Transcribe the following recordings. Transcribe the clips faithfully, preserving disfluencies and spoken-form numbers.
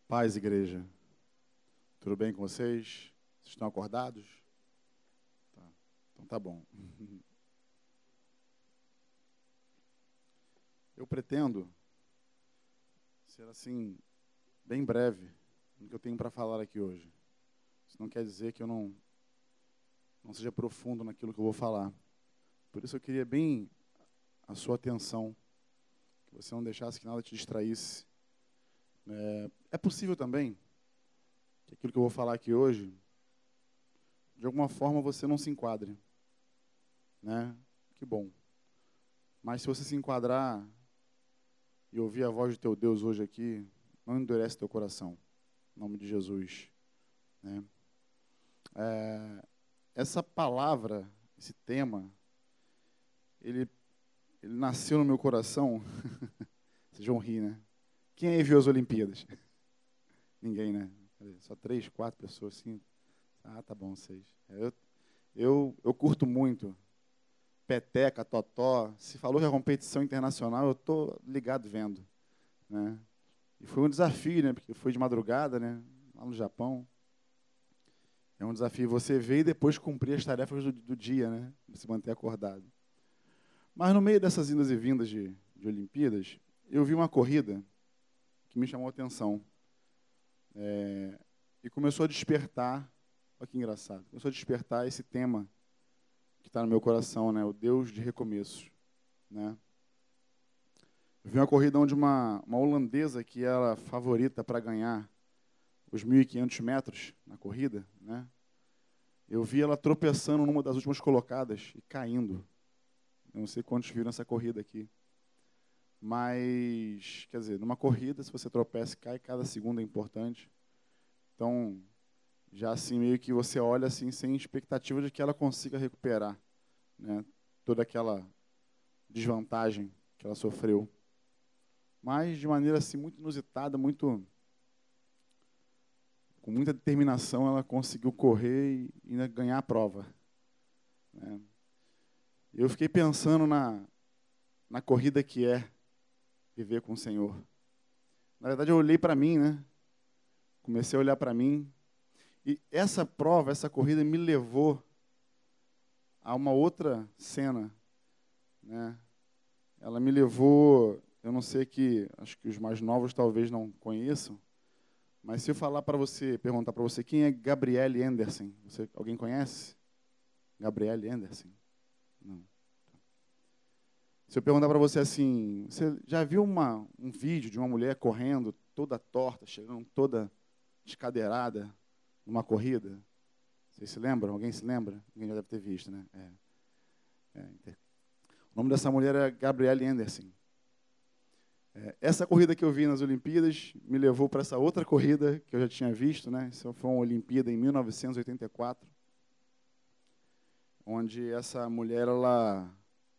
Paz, igreja. Tudo bem com vocês? Vocês estão acordados? Tá. Então tá bom. Eu pretendo ser assim, bem breve, no que eu tenho para falar aqui hoje. Isso não quer dizer que eu não, não seja profundo naquilo que eu vou falar. Por isso eu queria bem a sua atenção, que você não deixasse que nada te distraísse. É, é possível também que aquilo que eu vou falar aqui hoje, de alguma forma você não se enquadre, né? Que bom. Mas se você se enquadrar e ouvir a voz do teu Deus hoje aqui, não endurece teu coração, em nome de Jesus, né? É, essa palavra, esse tema, ele, ele nasceu no meu coração. Vocês vão rir, né? Quem aí viu as Olimpíadas? Ninguém, né? Só três, quatro pessoas, cinco. Ah, tá bom, seis. Eu, eu, eu curto muito peteca, totó. Se falou que é competição internacional, eu tô ligado vendo, né? E foi um desafio, né? Porque foi de madrugada, né? Lá no Japão. É um desafio você ver e depois cumprir as tarefas do, do dia, né? Se manter acordado. Mas no meio dessas indas e vindas de, de Olimpíadas, eu vi uma corrida que me chamou a atenção. É, e começou a despertar, olha que engraçado, começou a despertar esse tema que está no meu coração, né? O Deus de recomeços, né? Eu vi uma corrida onde uma, uma holandesa que era favorita para ganhar os mil e quinhentos metros na corrida, né? Eu vi ela tropeçando numa das últimas colocadas e caindo. Eu não sei quantos viram essa corrida aqui. Mas, quer dizer, numa corrida, se você tropeça e cai, cada segundo é importante. Então, já assim, meio que você olha assim, sem expectativa de que ela consiga recuperar, né, toda aquela desvantagem que ela sofreu. Mas, de maneira assim, muito inusitada, muito, com muita determinação, ela conseguiu correr e ainda ganhar a prova, né. Eu fiquei pensando na, na corrida que é viver com o Senhor. Na verdade, eu olhei para mim, né? Comecei a olhar para mim. E essa prova, essa corrida me levou a uma outra cena, né? Ela me levou, eu não sei que, acho que os mais novos talvez não conheçam, mas se eu falar para você, perguntar para você quem é Gabrielle Anderson, você, alguém conhece? Gabrielle Anderson? Não. Se eu perguntar para você assim, você já viu uma, um vídeo de uma mulher correndo toda torta, chegando toda descadeirada numa corrida? Vocês se lembram? Alguém se lembra? Alguém já deve ter visto, né? É. É. O nome dessa mulher é Gabrielle Anderson. É, essa corrida que eu vi nas Olimpíadas me levou para essa outra corrida que eu já tinha visto, né? Isso foi uma Olimpíada em mil novecentos e oitenta e quatro, onde essa mulher, ela...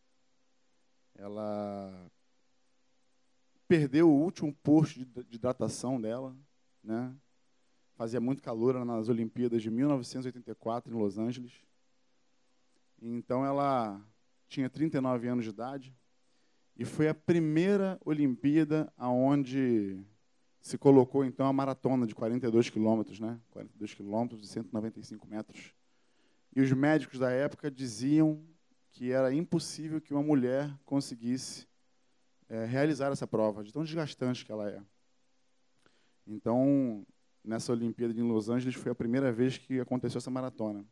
ela perdeu o último posto de hidratação dela, né? Fazia muito calor nas Olimpíadas de mil novecentos e oitenta e quatro, em Los Angeles. Então, ela tinha trinta e nove anos de idade e foi a primeira Olimpíada onde se colocou, então, a maratona de quarenta e dois quilômetros, né? quarenta e dois quilômetros e cento e noventa e cinco metros. E os médicos da época diziam que era impossível que uma mulher conseguisse é, realizar essa prova, de tão desgastante que ela é. Então, nessa Olimpíada de Los Angeles, foi a primeira vez que aconteceu essa maratona.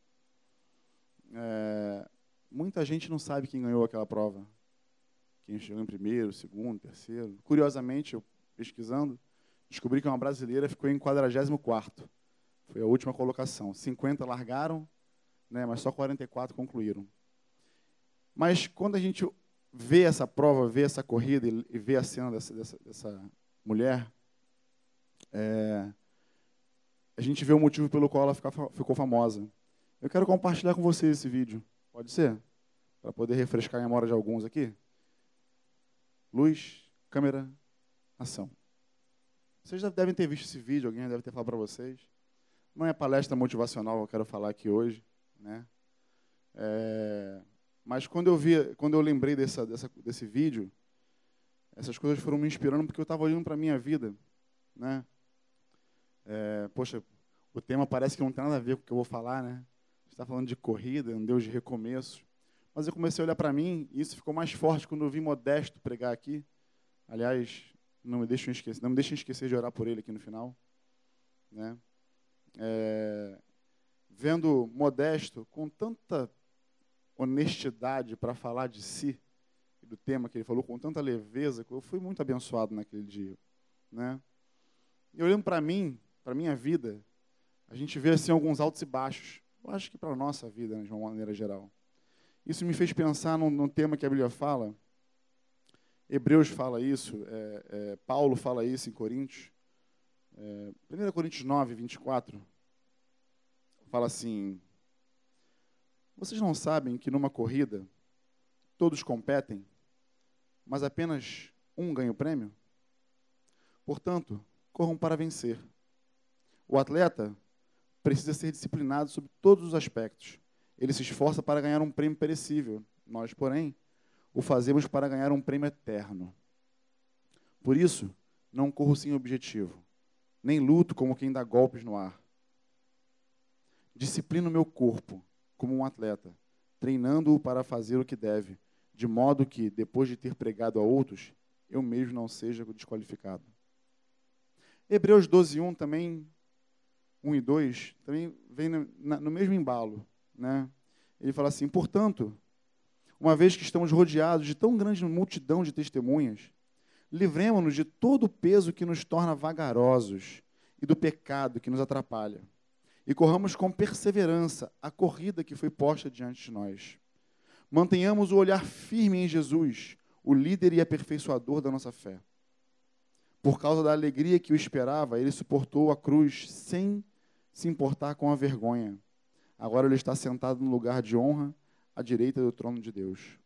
É, muita gente não sabe quem ganhou aquela prova. Quem chegou em primeiro, segundo, terceiro. Curiosamente, eu pesquisando, descobri que uma brasileira ficou em quadragésimo quarto. Foi a última colocação. cinquenta largaram, né, mas só quarenta e quatro concluíram. Mas quando a gente vê essa prova, vê essa corrida e vê a cena dessa, dessa, dessa mulher, é, a gente vê o motivo pelo qual ela ficou famosa. Eu quero compartilhar com vocês esse vídeo. Pode ser? Para poder refrescar a memória de alguns aqui. Luz, câmera, ação. Vocês já devem ter visto esse vídeo, alguém deve ter falado para vocês. Não é palestra motivacional que eu quero falar aqui hoje, né? É, mas quando eu vi, quando eu lembrei dessa, dessa, desse vídeo, essas coisas foram me inspirando porque eu estava olhando para a minha vida, né? É, poxa, o tema parece que não tem nada a ver com o que eu vou falar, né? A gente está falando de corrida, um Deus de recomeço. Mas eu comecei a olhar para mim, e isso ficou mais forte quando eu vi Modesto pregar aqui. Aliás, não me deixem esquecer, não me deixem esquecer de orar por ele aqui no final, né? É, vendo Modesto com tanta honestidade para falar de si, do tema que ele falou, com tanta leveza, que eu fui muito abençoado naquele dia, né? E olhando para mim, para a minha vida, a gente vê assim alguns altos e baixos. Eu acho que para a nossa vida, né, de uma maneira geral. Isso me fez pensar num, num tema que a Bíblia fala. Hebreus fala isso, é, é, Paulo fala isso em Coríntios. É, primeira Coríntios nove, vinte e quatro, fala assim: vocês não sabem que numa corrida todos competem, mas apenas um ganha o prêmio? Portanto, corram para vencer. O atleta precisa ser disciplinado sobre todos os aspectos. Ele se esforça para ganhar um prêmio perecível. Nós, porém, o fazemos para ganhar um prêmio eterno. Por isso, não corro sem objetivo, nem luto como quem dá golpes no ar. Disciplino meu corpo como um atleta, treinando-o para fazer o que deve, de modo que, depois de ter pregado a outros, eu mesmo não seja desqualificado. Hebreus doze, um também, um e dois, também vem no, na, no mesmo embalo, né? Ele fala assim: portanto, uma vez que estamos rodeados de tão grande multidão de testemunhas, livremo-nos de todo o peso que nos torna vagarosos e do pecado que nos atrapalha, e corramos com perseverança a corrida que foi posta diante de nós. Mantenhamos o olhar firme em Jesus, o líder e aperfeiçoador da nossa fé. Por causa da alegria que o esperava, ele suportou a cruz sem se importar com a vergonha. Agora ele está sentado no lugar de honra, à direita do trono de Deus.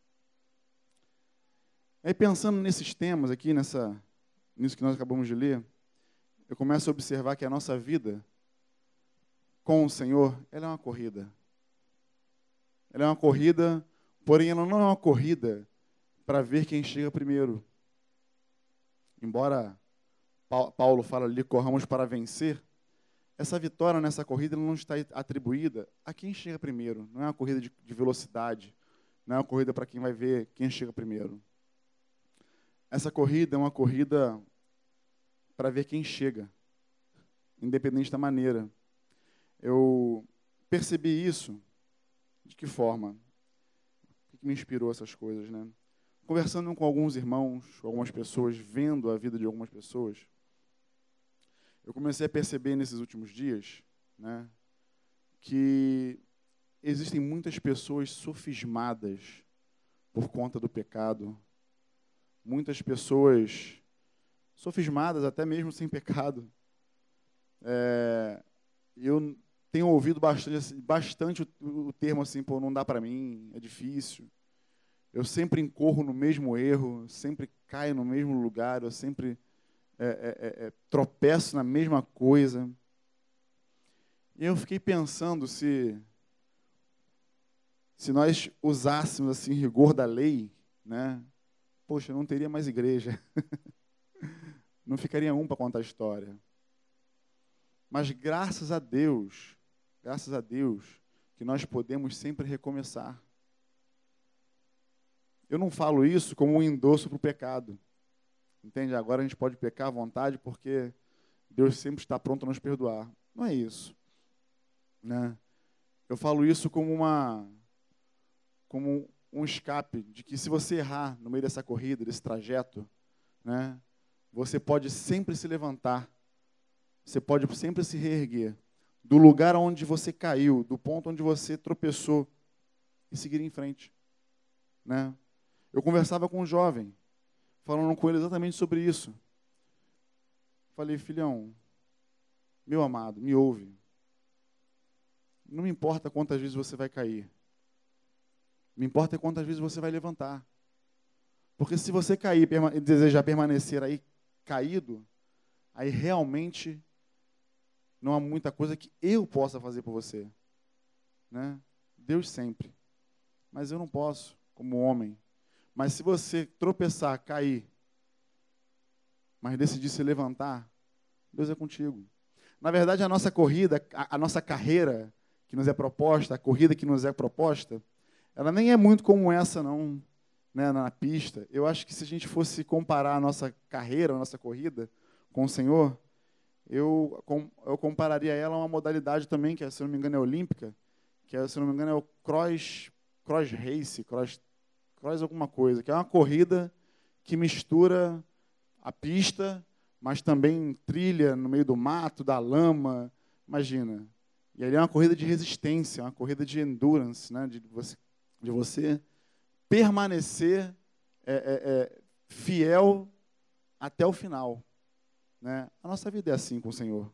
Aí, pensando nesses temas aqui, nessa, nisso que nós acabamos de ler, eu começo a observar que a nossa vida com o Senhor, ela é uma corrida. Ela é uma corrida, porém ela não é uma corrida para ver quem chega primeiro. Embora Paulo fala ali, corramos para vencer, essa vitória nessa corrida não está atribuída a quem chega primeiro. Não é uma corrida de, de velocidade, não é uma corrida para quem vai ver quem chega primeiro. Essa corrida é uma corrida para ver quem chega, independente da maneira. Eu percebi isso, de que forma? O que me inspirou essas coisas, né? Conversando com alguns irmãos, com algumas pessoas, vendo a vida de algumas pessoas, eu comecei a perceber nesses últimos dias, né, que existem muitas pessoas sofismadas por conta do pecado, muitas pessoas sofismadas até mesmo sem pecado. É, eu tenho ouvido bastante, bastante o, o termo assim, pô, não dá para mim, é difícil. Eu sempre incorro no mesmo erro, sempre caio no mesmo lugar, eu sempre é, é, é, tropeço na mesma coisa. E eu fiquei pensando se, se nós usássemos assim rigor da lei, né? Poxa, não teria mais igreja. Não ficaria um para contar a história. Mas graças a Deus, graças a Deus, que nós podemos sempre recomeçar. Eu não falo isso como um endosso para o pecado. Entende? Agora a gente pode pecar à vontade porque Deus sempre está pronto a nos perdoar. Não é isso, né? Eu falo isso como uma, como um escape de que se você errar no meio dessa corrida, desse trajeto, né, você pode sempre se levantar, você pode sempre se reerguer do lugar onde você caiu, do ponto onde você tropeçou e seguir em frente, né? Eu conversava com um jovem, falando com ele exatamente sobre isso. Falei: filhão, meu amado, me ouve. Não me importa quantas vezes você vai cair. Me importa quantas vezes você vai levantar. Porque se você cair e desejar permanecer aí caído, aí realmente não há muita coisa que eu possa fazer por você, né? Deus sempre. Mas eu não posso, como homem. Mas se você tropeçar, cair, mas decidir se levantar, Deus é contigo. Na verdade, a nossa corrida, a, a nossa carreira que nos é proposta, a corrida que nos é proposta, ela nem é muito como essa, não, né, na pista. Eu acho que se a gente fosse comparar a nossa carreira, a nossa corrida com o Senhor, eu, eu compararia ela a uma modalidade também, que, se não me engano, é olímpica, que, se não me engano, é o cross, cross race, cross, cross alguma coisa, que é uma corrida que mistura a pista, mas também trilha no meio do mato, da lama, imagina. E ali é uma corrida de resistência, uma corrida de endurance, né, de você, de você permanecer é, é, é, fiel até o final. Né? A nossa vida é assim com o Senhor.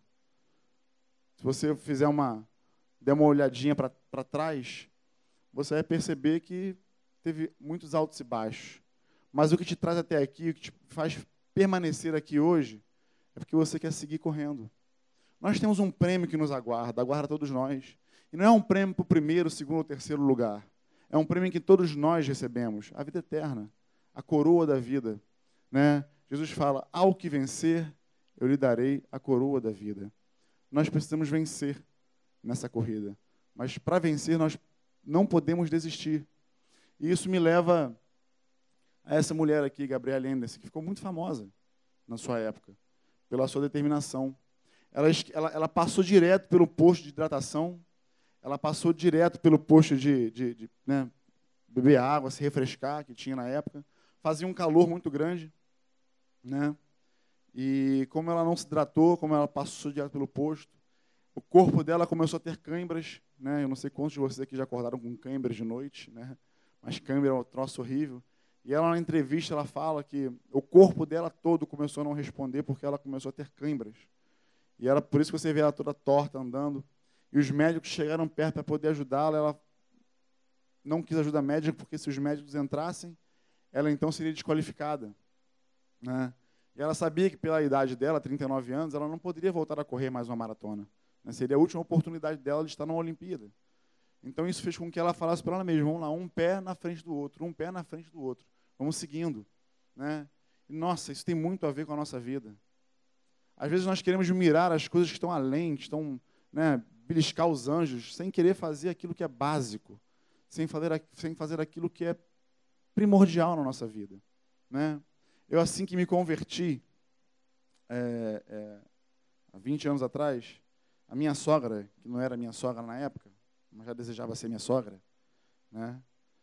Se você fizer uma, der uma olhadinha para trás, você vai perceber que teve muitos altos e baixos. Mas o que te traz até aqui, o que te faz permanecer aqui hoje, é porque você quer seguir correndo. Nós temos um prêmio que nos aguarda, aguarda todos nós. E não é um prêmio para o primeiro, segundo ou terceiro lugar. É um prêmio que todos nós recebemos, a vida eterna, a coroa da vida. Né? Jesus fala, ao que vencer, eu lhe darei a coroa da vida. Nós precisamos vencer nessa corrida. Mas para vencer, nós não podemos desistir. E isso me leva a essa mulher aqui, Gabriela Anderson, que ficou muito famosa na sua época, pela sua determinação. Ela, ela, ela passou direto pelo posto de hidratação, ela passou direto pelo posto de, de, de né, beber água, se refrescar, que tinha na época. Fazia um calor muito grande, né? E como ela não se hidratou, como ela passou direto pelo posto, o corpo dela começou a ter câimbras, né? Eu não sei quantos de vocês aqui já acordaram com câimbras de noite, né? Mas câimbra é um troço horrível. E ela, na entrevista, ela fala que o corpo dela todo começou a não responder porque ela começou a ter câimbras. E era por isso que você vê ela toda torta, andando. E os médicos chegaram perto para poder ajudá-la. Ela não quis ajuda médica, porque se os médicos entrassem, ela então seria desqualificada. Né? E ela sabia que, pela idade dela, trinta e nove anos, ela não poderia voltar a correr mais uma maratona. Né? Seria a última oportunidade dela de estar numa Olimpíada. Então, isso fez com que ela falasse para ela mesma, vamos lá, um pé na frente do outro, um pé na frente do outro. Vamos seguindo. Né? E, nossa, isso tem muito a ver com a nossa vida. Às vezes nós queremos mirar as coisas que estão além, que estão, né, beliscar os anjos, sem querer fazer aquilo que é básico, sem fazer, sem fazer aquilo que é primordial na nossa vida. Né? Eu, assim que me converti, é, é, há vinte anos atrás, a minha sogra, que não era minha sogra na época, mas já desejava ser minha sogra, né?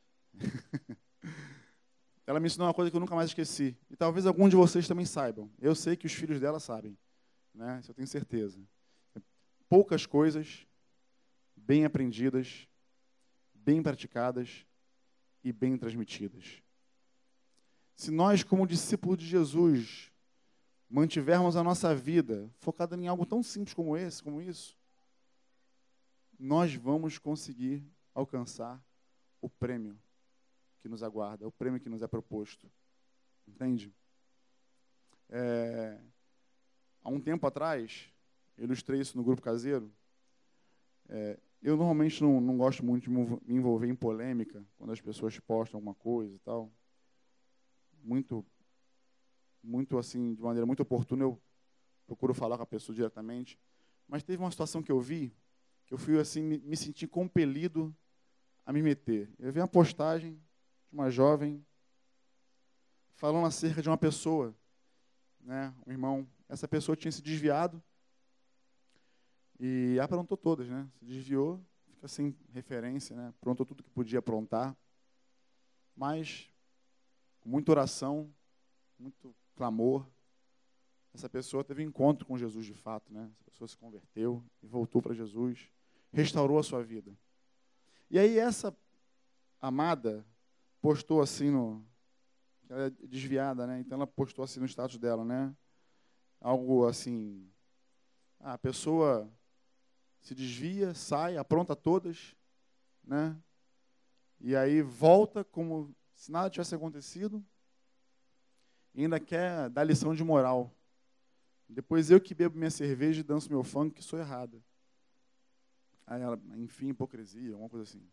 Ela me ensinou uma coisa que eu nunca mais esqueci. E talvez algum de vocês também saibam. Eu sei que os filhos dela sabem. Né? Isso eu tenho certeza. Poucas coisas bem aprendidas, bem praticadas e bem transmitidas. Se nós, como discípulos de Jesus, mantivermos a nossa vida focada em algo tão simples como esse, como isso, nós vamos conseguir alcançar o prêmio que nos aguarda, o prêmio que nos é proposto. Entende? É, há um tempo atrás, eu ilustrei isso no grupo caseiro, é, eu normalmente não, não gosto muito de me envolver em polêmica, quando as pessoas postam alguma coisa e tal. Muito, muito assim, de maneira muito oportuna, eu procuro falar com a pessoa diretamente. Mas teve uma situação que eu vi, que eu fui assim, me, me senti compelido a me meter. Eu vi uma postagem de uma jovem falando acerca de uma pessoa, né, um irmão. Essa pessoa tinha se desviado e aprontou todas, né? Se desviou, fica sem referência, né? Aprontou tudo que podia aprontar, mas com muita oração, muito clamor, essa pessoa teve um encontro com Jesus de fato, né? Essa pessoa se converteu e voltou para Jesus, restaurou a sua vida. E aí essa amada postou assim no, ela é desviada, né? Então ela postou assim no status dela, né? Algo assim, ah, a pessoa se desvia, sai, apronta todas, né? E aí volta como se nada tivesse acontecido e ainda quer dar lição de moral. Depois eu que bebo minha cerveja e danço meu funk, que sou errada. Aí ela, enfim, hipocrisia, alguma coisa assim.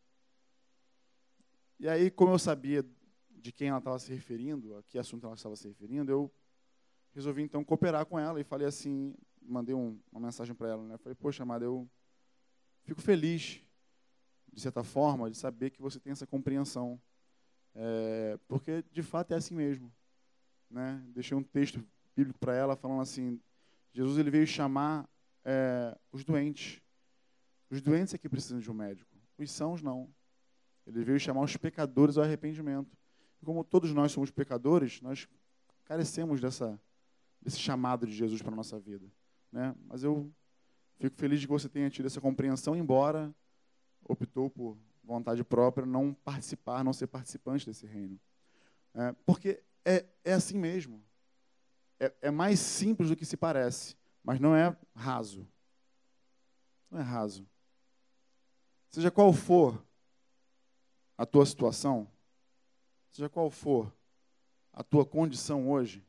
E aí, como eu sabia de quem ela estava se referindo, a que assunto ela estava se referindo, eu resolvi então cooperar com ela e falei assim, mandei um, uma mensagem para ela, né? Eu falei, poxa, amada, eu fico feliz, de certa forma, de saber que você tem essa compreensão. É, porque, de fato, é assim mesmo. Né? Deixei um texto bíblico para ela, falando assim, Jesus ele veio chamar é, os doentes. Os doentes é que precisam de um médico. Os sãos, não. Ele veio chamar os pecadores ao arrependimento. E como todos nós somos pecadores, nós carecemos dessa, desse chamado de Jesus para a nossa vida. Né? Mas eu fico feliz de que você tenha tido essa compreensão, embora optou por vontade própria não participar, não ser participante desse reino. É, porque é, é assim mesmo. É, é mais simples do que se parece, mas não é raso. Não é raso. Seja qual for a tua situação, seja qual for a tua condição hoje,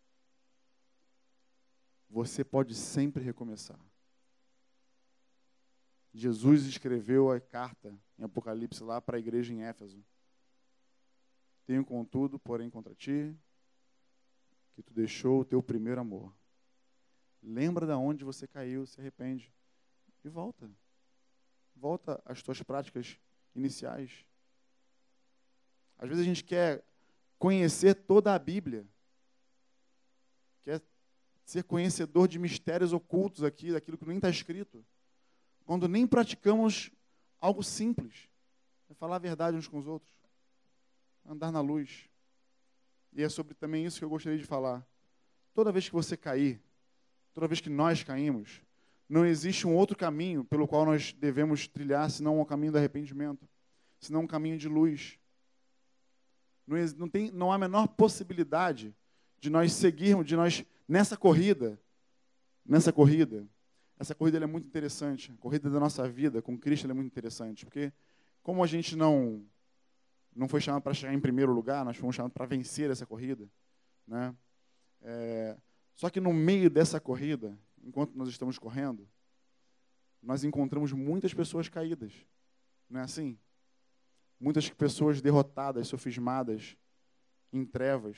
você pode sempre recomeçar. Jesus escreveu a carta em Apocalipse lá para a igreja em Éfeso. Tenho contudo, porém, contra ti, que tu deixou o teu primeiro amor. Lembra de onde você caiu, se arrepende e volta. Volta às tuas práticas iniciais. Às vezes a gente quer conhecer toda a Bíblia, quer ser conhecedor de mistérios ocultos aqui, daquilo que nem está escrito, quando nem praticamos algo simples, é falar a verdade uns com os outros, andar na luz. E é sobre também isso que eu gostaria de falar. Toda vez que você cair, toda vez que nós caímos, não existe um outro caminho pelo qual nós devemos trilhar, senão o caminho do arrependimento, senão um caminho de luz. Não, não, tem, não há a menor possibilidade de nós seguirmos, de nós, nessa corrida, nessa corrida, essa corrida ela é muito interessante, a corrida da nossa vida com Cristo ela é muito interessante, porque como a gente não, não foi chamado para chegar em primeiro lugar, nós fomos chamados para vencer essa corrida, né? É, só que no meio dessa corrida, enquanto nós estamos correndo, nós encontramos muitas pessoas caídas, não é assim? Muitas pessoas derrotadas, sofismadas, em trevas.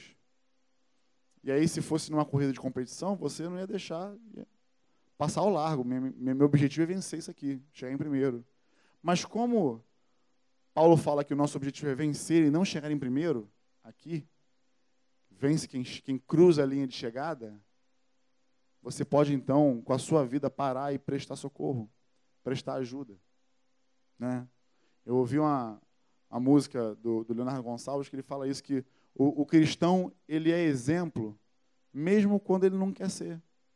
E aí, se fosse numa corrida de competição, você não ia deixar ia passar ao largo. Meu, meu objetivo é vencer isso aqui, chegar em primeiro. Mas como Paulo fala que o nosso objetivo é vencer e não chegar em primeiro, aqui, vence quem, quem cruza a linha de chegada, você pode, então, com a sua vida, parar e prestar socorro, prestar ajuda. Né? Eu ouvi uma, uma música do, do Leonardo Gonçalves que ele fala isso, que o, o cristão ele é exemplo, mesmo quando ele não quer ser.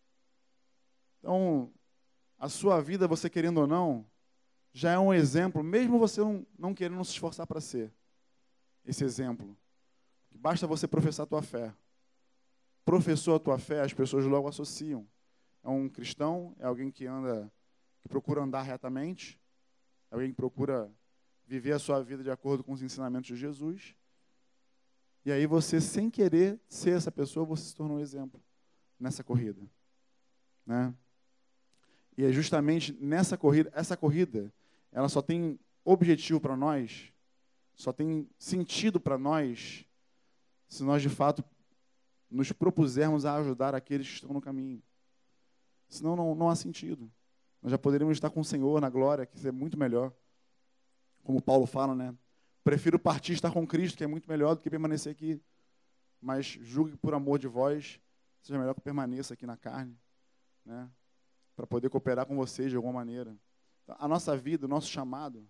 Então, a sua vida, você querendo ou não, já é um exemplo, mesmo você não, não querendo se esforçar para ser esse exemplo. Basta você professar a tua fé. Professou a tua fé, as pessoas logo associam. É um cristão, é alguém que anda, que procura andar retamente, é alguém que procura viver a sua vida de acordo com os ensinamentos de Jesus. E aí você, sem querer ser essa pessoa, você se tornou um exemplo nessa corrida. Né? E é justamente nessa corrida, essa corrida, ela só tem objetivo para nós, só tem sentido para nós, se nós de fato nos propusermos a ajudar aqueles que estão no caminho. Senão não, não há sentido. Nós já poderíamos estar com o Senhor na glória, que isso é muito melhor. Como Paulo fala, né? Prefiro partir e estar com Cristo, que é muito melhor do que permanecer aqui. Mas julgue que por amor de vós, seja melhor que eu permaneça aqui na carne, né? Para poder cooperar com vocês de alguma maneira. Então, a nossa vida, o nosso chamado,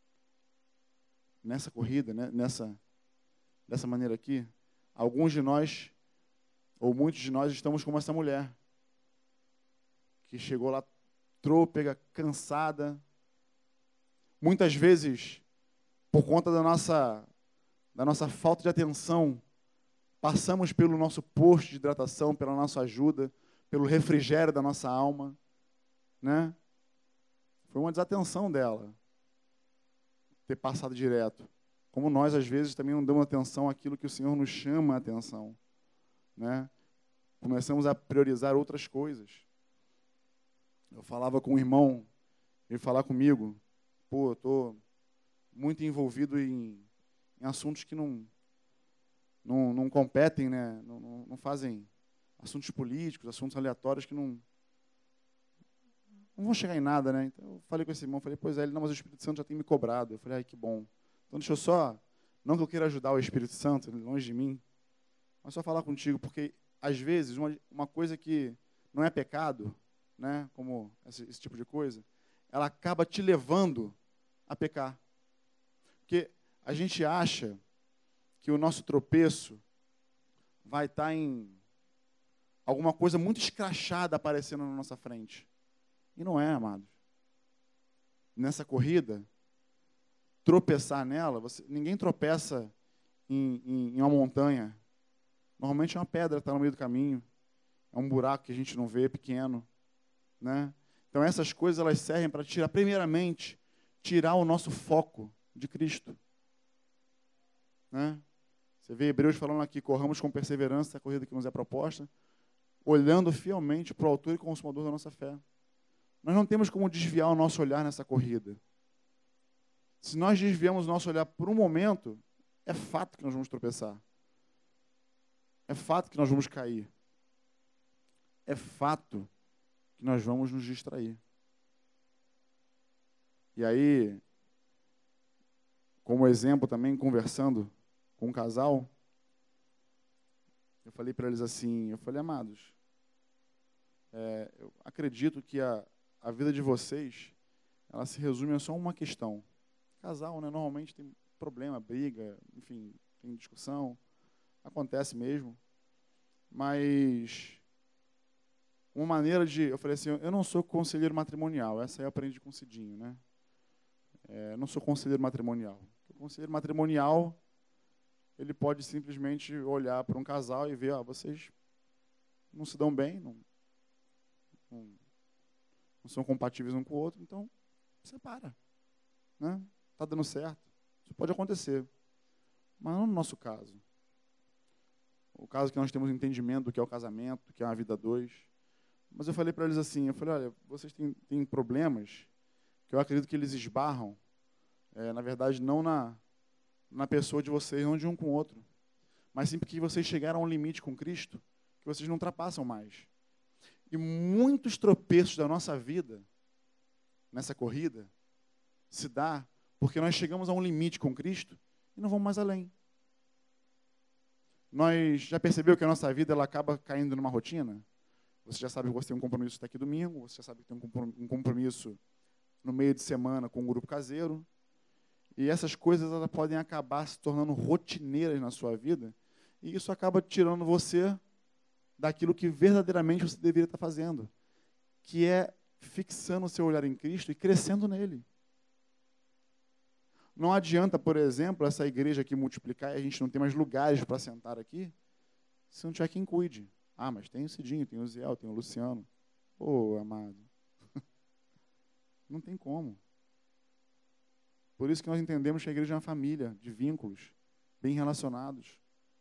nessa corrida, né? nessa, dessa maneira aqui, alguns de nós, ou muitos de nós, estamos como essa mulher, que chegou lá trôpega, cansada, muitas vezes, por conta da nossa, da nossa falta de atenção, passamos pelo nosso posto de hidratação, pela nossa ajuda, pelo refrigério da nossa alma, né? Foi uma desatenção dela ter passado direto. Como nós, às vezes, também não damos atenção àquilo que o Senhor nos chama a atenção, né? Começamos a priorizar outras coisas. Eu falava com um irmão, ele falar comigo, pô, eu estou muito envolvido em, em assuntos que não, não, não competem, né? não, não, não fazem assuntos políticos, assuntos aleatórios que não, não vão chegar em nada, né? Então eu falei com esse irmão, falei, pois é, ele, não, mas o Espírito Santo já tem me cobrado. Eu falei, ai, que bom. Então deixa eu só, não que eu queira ajudar o Espírito Santo, longe de mim, mas só falar contigo, porque às vezes uma, uma coisa que não é pecado, né, como esse, esse tipo de coisa, ela acaba te levando a pecar. Porque a gente acha que o nosso tropeço vai estar em alguma coisa muito escrachada aparecendo na nossa frente. E não é, amados. Nessa corrida, tropeçar nela, você, ninguém tropeça em, em, em uma montanha. Normalmente é uma pedra que está no meio do caminho. É um buraco que a gente não vê, pequeno. Né? Então essas coisas elas servem para tirar, primeiramente, tirar o nosso foco de Cristo. Né? Você vê Hebreus falando aqui, corramos com perseverança a corrida que nos é proposta, olhando fielmente para o autor e consumador da nossa fé. Nós não temos como desviar o nosso olhar nessa corrida. Se nós desviamos o nosso olhar por um momento, é fato que nós vamos tropeçar. É fato que nós vamos cair. É fato que nós vamos nos distrair. E aí, como exemplo também, conversando com um casal, eu falei para eles assim, eu falei, amados, é, eu acredito que a, a vida de vocês, ela se resume a só uma questão. Casal, né, normalmente tem problema, briga, enfim, tem discussão, acontece mesmo, mas uma maneira de, eu falei assim, eu não sou conselheiro matrimonial, essa aí eu aprendi com o Cidinho, né? É, não sou conselheiro matrimonial. O conselheiro matrimonial, ele pode simplesmente olhar para um casal e ver, ó, vocês não se dão bem, não, não, não são compatíveis um com o outro, então separa. Né? Está dando certo. Isso pode acontecer. Mas não no nosso caso. O caso que nós temos entendimento do que é o casamento, do que é uma vida a dois. Mas eu falei para eles assim, eu falei, olha, vocês têm, têm problemas que eu acredito que eles esbarram, é, na verdade, não na, na pessoa de vocês, não de um com o outro, mas sim porque vocês chegaram a um limite com Cristo que vocês não ultrapassam mais. E muitos tropeços da nossa vida, nessa corrida, se dá porque nós chegamos a um limite com Cristo e não vamos mais além. Nós já percebeu que a nossa vida ela acaba caindo numa rotina? Você já sabe que você tem um compromisso daqui domingo, você já sabe que tem um compromisso no meio de semana com um grupo caseiro. E essas coisas elas podem acabar se tornando rotineiras na sua vida. E isso acaba tirando você daquilo que verdadeiramente você deveria estar fazendo, que é fixando o seu olhar em Cristo e crescendo nele. Não adianta, por exemplo, essa igreja aqui multiplicar e a gente não tem mais lugares para sentar aqui, se não tiver quem cuide. Ah, mas tem o Cidinho, tem o Ziel, tem o Luciano. Ô, amado. Não tem como. Por isso que nós entendemos que a igreja é uma família de vínculos bem relacionados.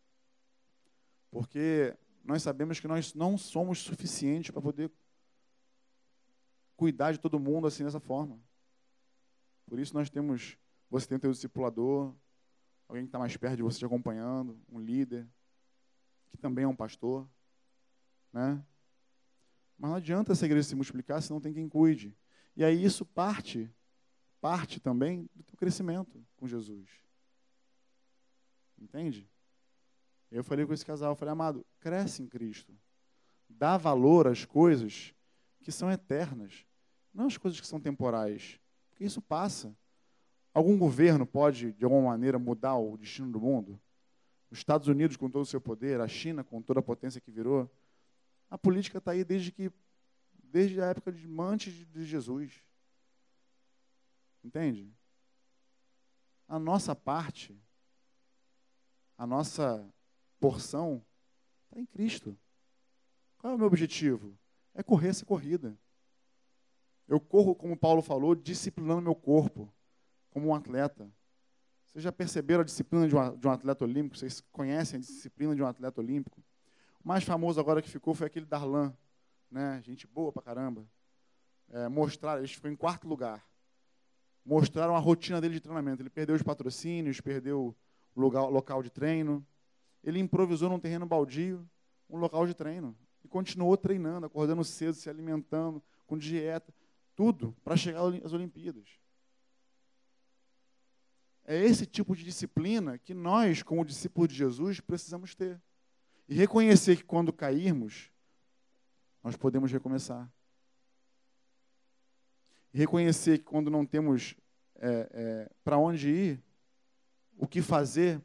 Porque nós sabemos que nós não somos suficientes para poder cuidar de todo mundo assim dessa forma. Por isso nós temos, você tem o teu discipulador, alguém que está mais perto de você te acompanhando, um líder, que também é um pastor. Né? Mas não adianta essa igreja se multiplicar se não tem quem cuide. E aí isso parte, parte também do teu crescimento com Jesus. Entende? Eu falei com esse casal, eu falei, amado, cresce em Cristo. Dá valor às coisas que são eternas, não às coisas que são temporais. Porque isso passa. Algum governo pode, de alguma maneira, mudar o destino do mundo? Os Estados Unidos com todo o seu poder, a China com toda a potência que virou. A política está aí desde, que, desde a época de antes de Jesus. Entende? A nossa parte, a nossa porção está em Cristo. Qual é o meu objetivo? É correr essa corrida. Eu corro, como Paulo falou, disciplinando meu corpo, como um atleta. Vocês já perceberam a disciplina de um, de um atleta olímpico? Vocês conhecem a disciplina de um atleta olímpico? O mais famoso agora que ficou foi aquele Darlan, né? Gente boa pra caramba. É, mostraram, ele ficou em quarto lugar. Mostraram a rotina dele de treinamento. Ele perdeu os patrocínios, perdeu o lugar, local de treino. Ele improvisou num terreno baldio um local de treino. E continuou treinando, acordando cedo, se alimentando, com dieta. tudo para chegar às Olimpíadas. É esse tipo de disciplina que nós, como discípulos de Jesus, precisamos ter. E reconhecer que quando cairmos, nós podemos recomeçar. E reconhecer que quando não temos é, é, para onde ir, o que fazer,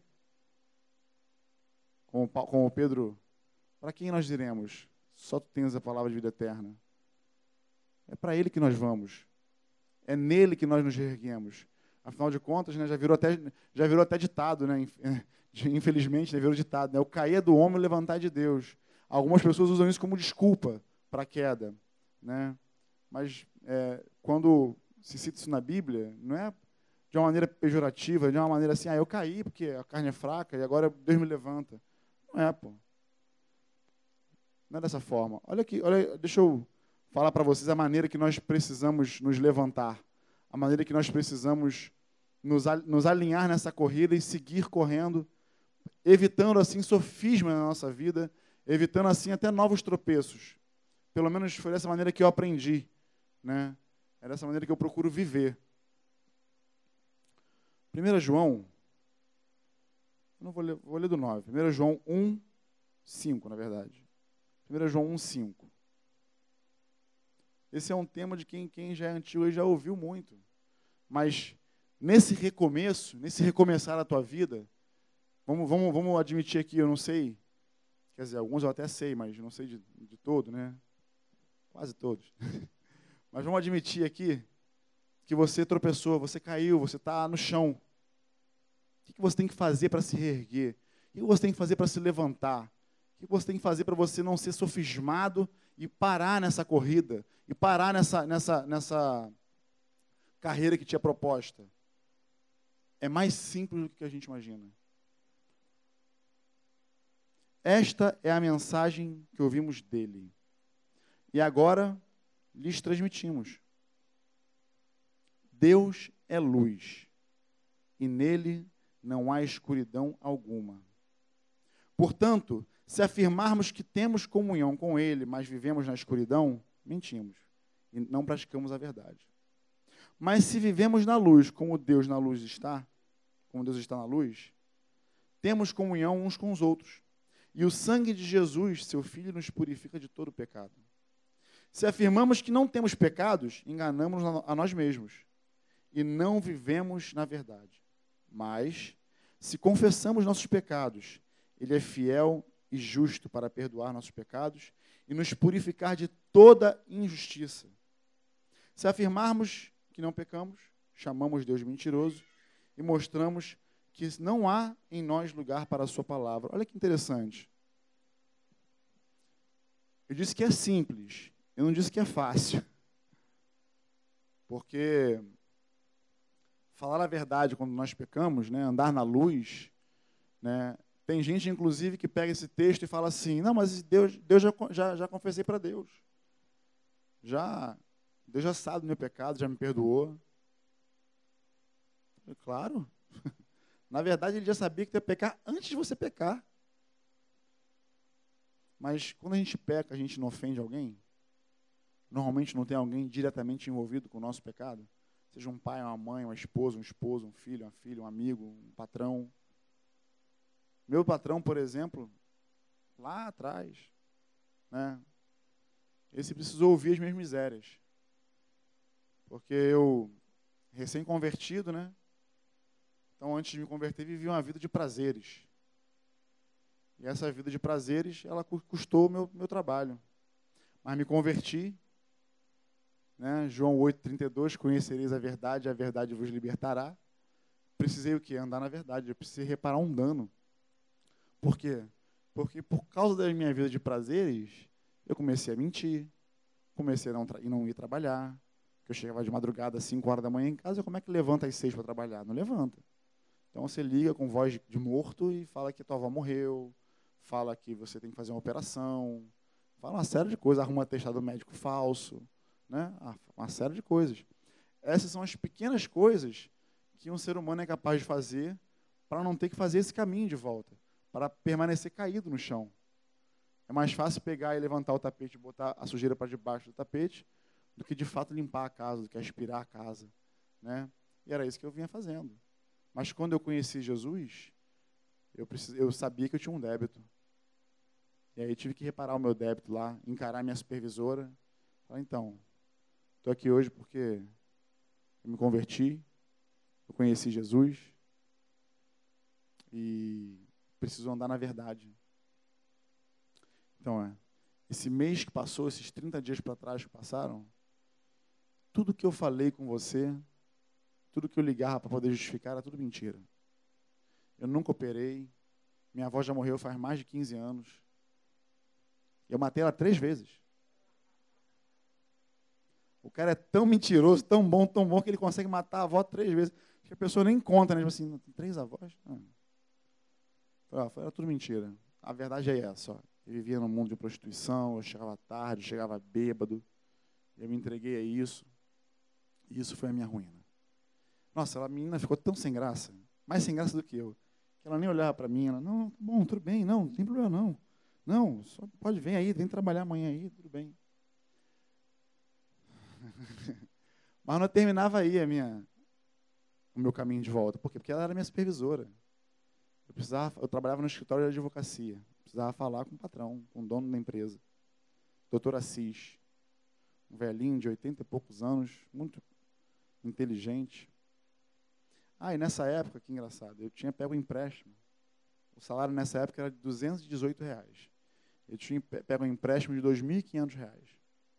como, como Pedro, para quem nós diremos? Só tu tens a palavra de vida eterna. É para ele que nós vamos. É nele que nós nos reerguemos. Afinal de contas, né, já, virou até, já virou até ditado, né, infelizmente, né, virou ditado. Né, o cair do homem e o levantar de Deus. Algumas pessoas usam isso como desculpa para a queda. Né? Mas é, quando se cita isso na Bíblia, não é de uma maneira pejorativa, de uma maneira assim, ah, eu caí porque a carne é fraca e agora Deus me levanta. Não é, pô. Não é dessa forma. Olha aqui, olha, deixa eu falar para vocês a maneira que nós precisamos nos levantar. A maneira que nós precisamos nos, nos alinhar nessa corrida e seguir correndo, evitando assim sofisma na nossa vida, evitando assim até novos tropeços. Pelo menos foi dessa maneira que eu aprendi, né? É dessa maneira que eu procuro viver. primeiro João, eu não vou ler, vou ler do nove. primeiro João um, cinco, na verdade. primeiro João um, cinco. Esse é um tema de quem, quem já é antigo e já ouviu muito. Mas nesse recomeço, nesse recomeçar a tua vida, vamos, vamos, vamos admitir aqui, eu não sei, quer dizer, alguns eu até sei, mas não sei de, de todo, né? Quase todos. Mas vamos admitir aqui que você tropeçou, você caiu, você está no chão. O que você tem que fazer para se reerguer? O que você tem que fazer para se levantar? O que você tem que fazer para você não ser sofismado e parar nessa corrida, e parar nessa, nessa, nessa carreira que te é proposta? É mais simples do que a gente imagina. Esta é a mensagem que ouvimos dele. E agora lhes transmitimos. Deus é luz, e nele não há escuridão alguma. Portanto, se afirmarmos que temos comunhão com ele, mas vivemos na escuridão, mentimos e não praticamos a verdade. Mas se vivemos na luz, como Deus na luz está, como Deus está na luz, temos comunhão uns com os outros. E o sangue de Jesus, seu Filho, nos purifica de todo pecado. Se afirmamos que não temos pecados, enganamos a nós mesmos e não vivemos na verdade. Mas, se confessamos nossos pecados, ele é fiel e justo para perdoar nossos pecados e nos purificar de toda injustiça. Se afirmarmos que não pecamos, chamamos Deus de mentiroso e mostramos que não há em nós lugar para a sua palavra. Olha que interessante. Eu disse que é simples, eu não disse que é fácil. Porque falar a verdade quando nós pecamos, né, andar na luz, né, tem gente, inclusive, que pega esse texto e fala assim, não, mas Deus, Deus já, já, já confessei para Deus. Já, Deus já sabe do meu pecado, já me perdoou. É claro. Na verdade, ele já sabia que tu ia pecar antes de você pecar. Mas quando a gente peca, a gente não ofende alguém? Normalmente não tem alguém diretamente envolvido com o nosso pecado? Seja um pai, uma mãe, uma esposa, um esposo, um filho, uma filha, um amigo, um patrão. Meu patrão, por exemplo, lá atrás, né, esse precisou ouvir as minhas misérias. Porque eu, recém-convertido, né, então antes de me converter, vivi uma vida de prazeres. E essa vida de prazeres, ela custou o meu, meu trabalho. Mas me converti, né, João oito, trinta e dois, conhecereis a verdade, a verdade vos libertará. Precisei o quê? Andar na verdade, eu precisei reparar um dano. Por quê? Porque por causa da minha vida de prazeres, eu comecei a mentir, comecei a não, tra- não ir trabalhar, que eu chegava de madrugada às cinco horas da manhã em casa, como é que levanta às seis para trabalhar? Não levanta. Então você liga com voz de, de morto e fala que tua avó morreu, fala que você tem que fazer uma operação, fala uma série de coisas, arruma atestado médico falso, né? Uma série de coisas. Essas são as pequenas coisas que um ser humano é capaz de fazer para não ter que fazer esse caminho de volta, para permanecer caído no chão. É mais fácil pegar e levantar o tapete e botar a sujeira para debaixo do tapete do que de fato limpar a casa, do que aspirar a casa, né? E era isso que eu vinha fazendo. Mas quando eu conheci Jesus, eu, precis... eu sabia que eu tinha um débito. E aí tive que reparar o meu débito lá, encarar a minha supervisora. Falar, então, estou aqui hoje porque eu me converti, eu conheci Jesus e preciso andar na verdade. Então, é, esse mês que passou, esses trinta dias para trás que passaram, tudo que eu falei com você, tudo que eu ligava para poder justificar era tudo mentira. Eu nunca operei, minha avó já morreu faz mais de quinze anos. Eu matei ela três vezes. O cara é tão mentiroso, tão bom, tão bom, que ele consegue matar a avó três vezes. Que a pessoa nem conta, né? Tipo assim, três avós? Ah. Era tudo mentira. A verdade é essa. Ó. Eu vivia num mundo de prostituição, eu chegava tarde, eu chegava bêbado. Eu me entreguei a isso. E isso foi a minha ruína. Nossa, a menina ficou tão sem graça, mais sem graça do que eu, que ela nem olhava para mim. Ela, não, tá bom, tudo bem, não, não tem problema não. Não, só pode vir aí, vem trabalhar amanhã aí, tudo bem. Mas não terminava aí a minha, o meu caminho de volta. Por quê? Porque ela era minha supervisora. Eu, precisava, eu trabalhava no escritório de advocacia. Precisava falar com o patrão, com o dono da empresa. doutor Assis. Um velhinho de oitenta e poucos anos, muito inteligente. Ah, e nessa época, que engraçado, eu tinha pego um empréstimo. O salário nessa época era de duzentos e dezoito reais. Eu tinha pego um empréstimo de dois mil e quinhentos reais.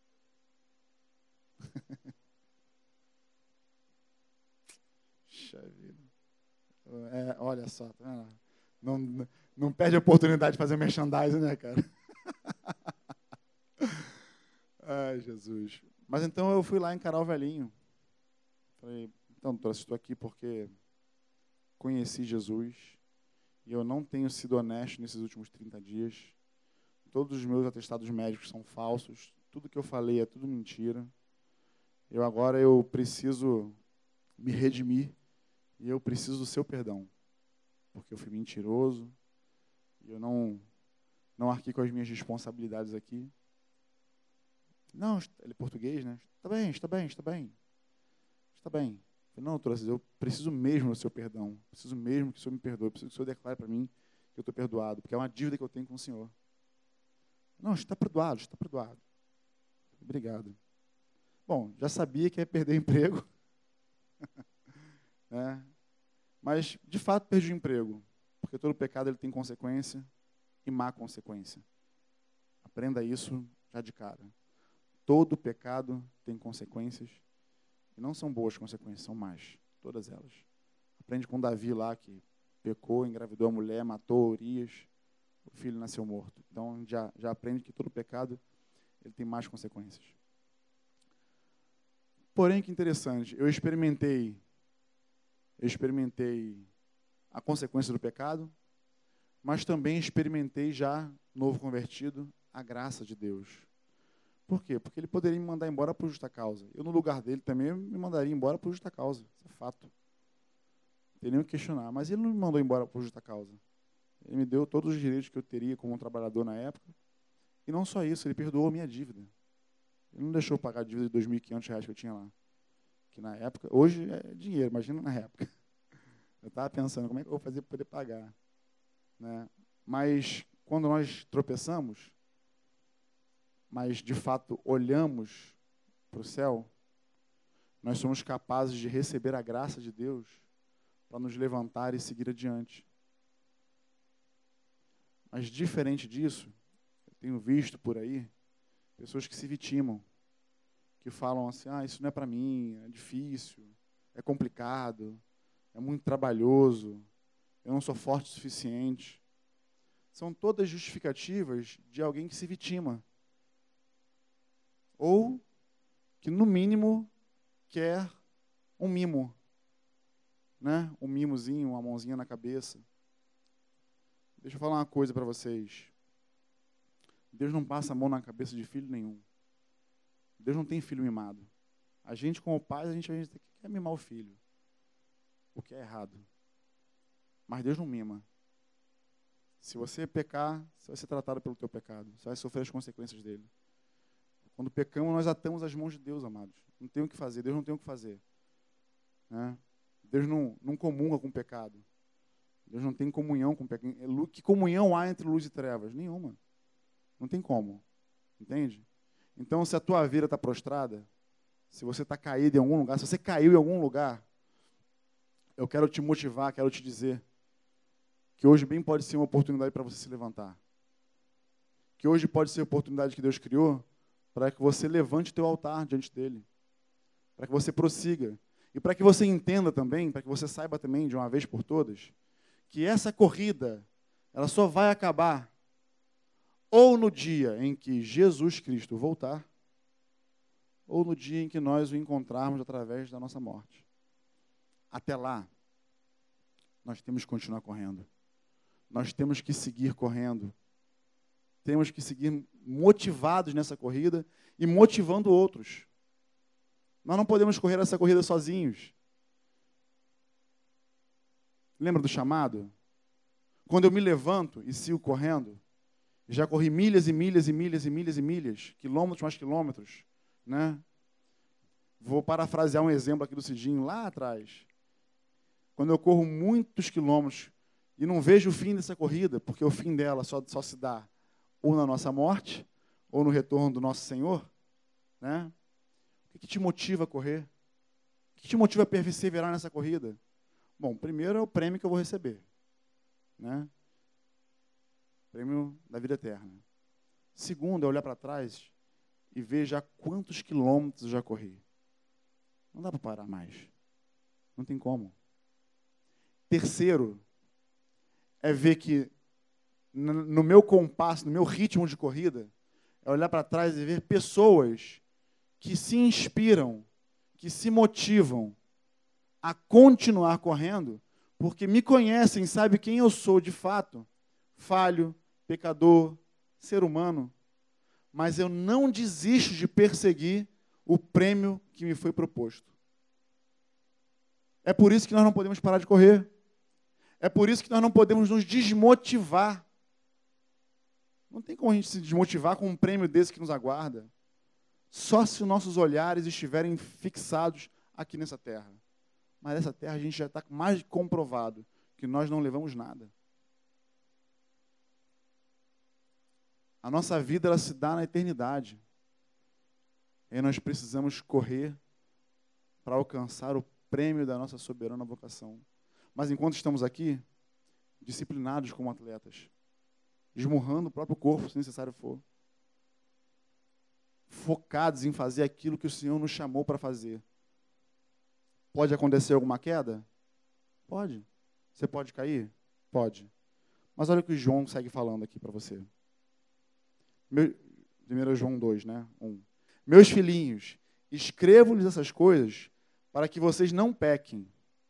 Puxa vida. É, olha só, tá vendo? Não, não perde a oportunidade de fazer merchandising, né, cara? Ai, Jesus. Mas então eu fui lá encarar o velhinho. Falei, então, doutor, estou aqui porque conheci Jesus e eu não tenho sido honesto nesses últimos trinta dias. Todos os meus atestados médicos são falsos. Tudo que eu falei é tudo mentira. Eu agora eu preciso me redimir e eu preciso do seu perdão. Porque eu fui mentiroso e eu não, não arquei com as minhas responsabilidades aqui. Não, ele é português, né? Está bem, está bem, está bem. Está bem. Eu falei, não, doutor, eu preciso mesmo do seu perdão. Preciso mesmo que o senhor me perdoe. Preciso que o senhor declare para mim que eu estou perdoado, porque é uma dívida que eu tenho com o senhor. Não, está perdoado, está perdoado. Obrigado. Bom, já sabia que ia perder o emprego. É. Mas, de fato, perdi o emprego. Porque todo pecado ele tem consequência e má consequência. Aprenda isso já de cara. Todo pecado tem consequências. E não são boas consequências, são más. Todas elas. Aprende com Davi lá, que pecou, engravidou a mulher, matou Urias. O filho nasceu morto. Então, já, já aprende que todo pecado ele tem mais consequências. Porém, que interessante, eu experimentei, eu experimentei a consequência do pecado, mas também experimentei já, novo convertido, a graça de Deus. Por quê? Porque ele poderia me mandar embora por justa causa. Eu, no lugar dele, também me mandaria embora por justa causa. Isso é fato. Não tem nem o que questionar. Mas ele não me mandou embora por justa causa. Ele me deu todos os direitos que eu teria como um trabalhador na época. E não só isso, ele perdoou a minha dívida. Ele não deixou eu pagar a dívida de dois mil e quinhentos reais que eu tinha lá. Que na época, hoje é dinheiro, imagina na época. Eu estava pensando, como é que eu vou fazer para poder pagar? Né? Mas, quando nós tropeçamos, mas, de fato, olhamos para o céu, nós somos capazes de receber a graça de Deus para nos levantar e seguir adiante. Mas, diferente disso, eu tenho visto por aí pessoas que se vitimam, que falam assim, ah, isso não é para mim, é difícil, é complicado, é muito trabalhoso, eu não sou forte o suficiente. São todas justificativas de alguém que se vitima. Ou que, no mínimo, quer um mimo. Né? Um mimozinho, uma mãozinha na cabeça. Deixa eu falar uma coisa para vocês. Deus não passa a mão na cabeça de filho nenhum. Deus não tem filho mimado. A gente, como pai, a gente, a gente quer mimar o filho. O que é errado. Mas Deus não mima. Se você pecar, você vai ser tratado pelo teu pecado. Você vai sofrer as consequências dele. Quando pecamos, nós atamos as mãos de Deus, amados. Não tem o que fazer, Deus não tem o que fazer. Né? Deus não, não comunga com o pecado. Deus não tem comunhão com o pecado. Que comunhão há entre luz e trevas? Nenhuma. Não tem como. Entende? Então, se a tua vida está prostrada, se você está caído em algum lugar, se você caiu em algum lugar, eu quero te motivar, quero te dizer que hoje bem pode ser uma oportunidade para você se levantar. Que hoje pode ser a oportunidade que Deus criou para que você levante teu altar diante dele. Para que você prossiga. E para que você entenda também, para que você saiba também, de uma vez por todas, que essa corrida, ela só vai acabar ou no dia em que Jesus Cristo voltar, ou no dia em que nós o encontrarmos através da nossa morte. Até lá, nós temos que continuar correndo. Nós temos que seguir correndo. Temos que seguir motivados nessa corrida e motivando outros. Nós não podemos correr essa corrida sozinhos. Lembra do chamado? Quando eu me levanto e sigo correndo, já corri milhas e milhas e milhas e milhas e milhas, quilômetros mais quilômetros, né? Vou parafrasear um exemplo aqui do Cidinho, lá atrás. Quando eu corro muitos quilômetros e não vejo o fim dessa corrida, porque o fim dela só, só se dá ou na nossa morte, ou no retorno do nosso Senhor, né? O que te motiva a correr? O que te motiva a perseverar nessa corrida? Bom, primeiro é o prêmio que eu vou receber, né? Prêmio da vida eterna. Segundo é olhar para trás e ver já quantos quilômetros eu já corri. Não dá para parar mais. Não tem como. Terceiro é ver que no meu compasso, no meu ritmo de corrida, é olhar para trás e ver pessoas que se inspiram, que se motivam a continuar correndo, porque me conhecem, sabem quem eu sou de fato, falho, pecador, ser humano, mas eu não desisto de perseguir o prêmio que me foi proposto. É por isso que nós não podemos parar de correr. É por isso que nós não podemos nos desmotivar. Não tem como a gente se desmotivar com um prêmio desse que nos aguarda. Só se os nossos olhares estiverem fixados aqui nessa terra. Mas nessa terra a gente já está mais comprovado que nós não levamos nada. A nossa vida ela se dá na eternidade. E nós precisamos correr para alcançar o prêmio da nossa soberana vocação. Mas enquanto estamos aqui, disciplinados como atletas, esmurrando o próprio corpo, se necessário for, focados em fazer aquilo que o Senhor nos chamou para fazer. Pode acontecer alguma queda? Pode. Você pode cair? Pode. Mas olha o que João segue falando aqui para você. Meu, primeiro João dois, né? um. Meus filhinhos, escrevo-lhes essas coisas para que vocês não pequem.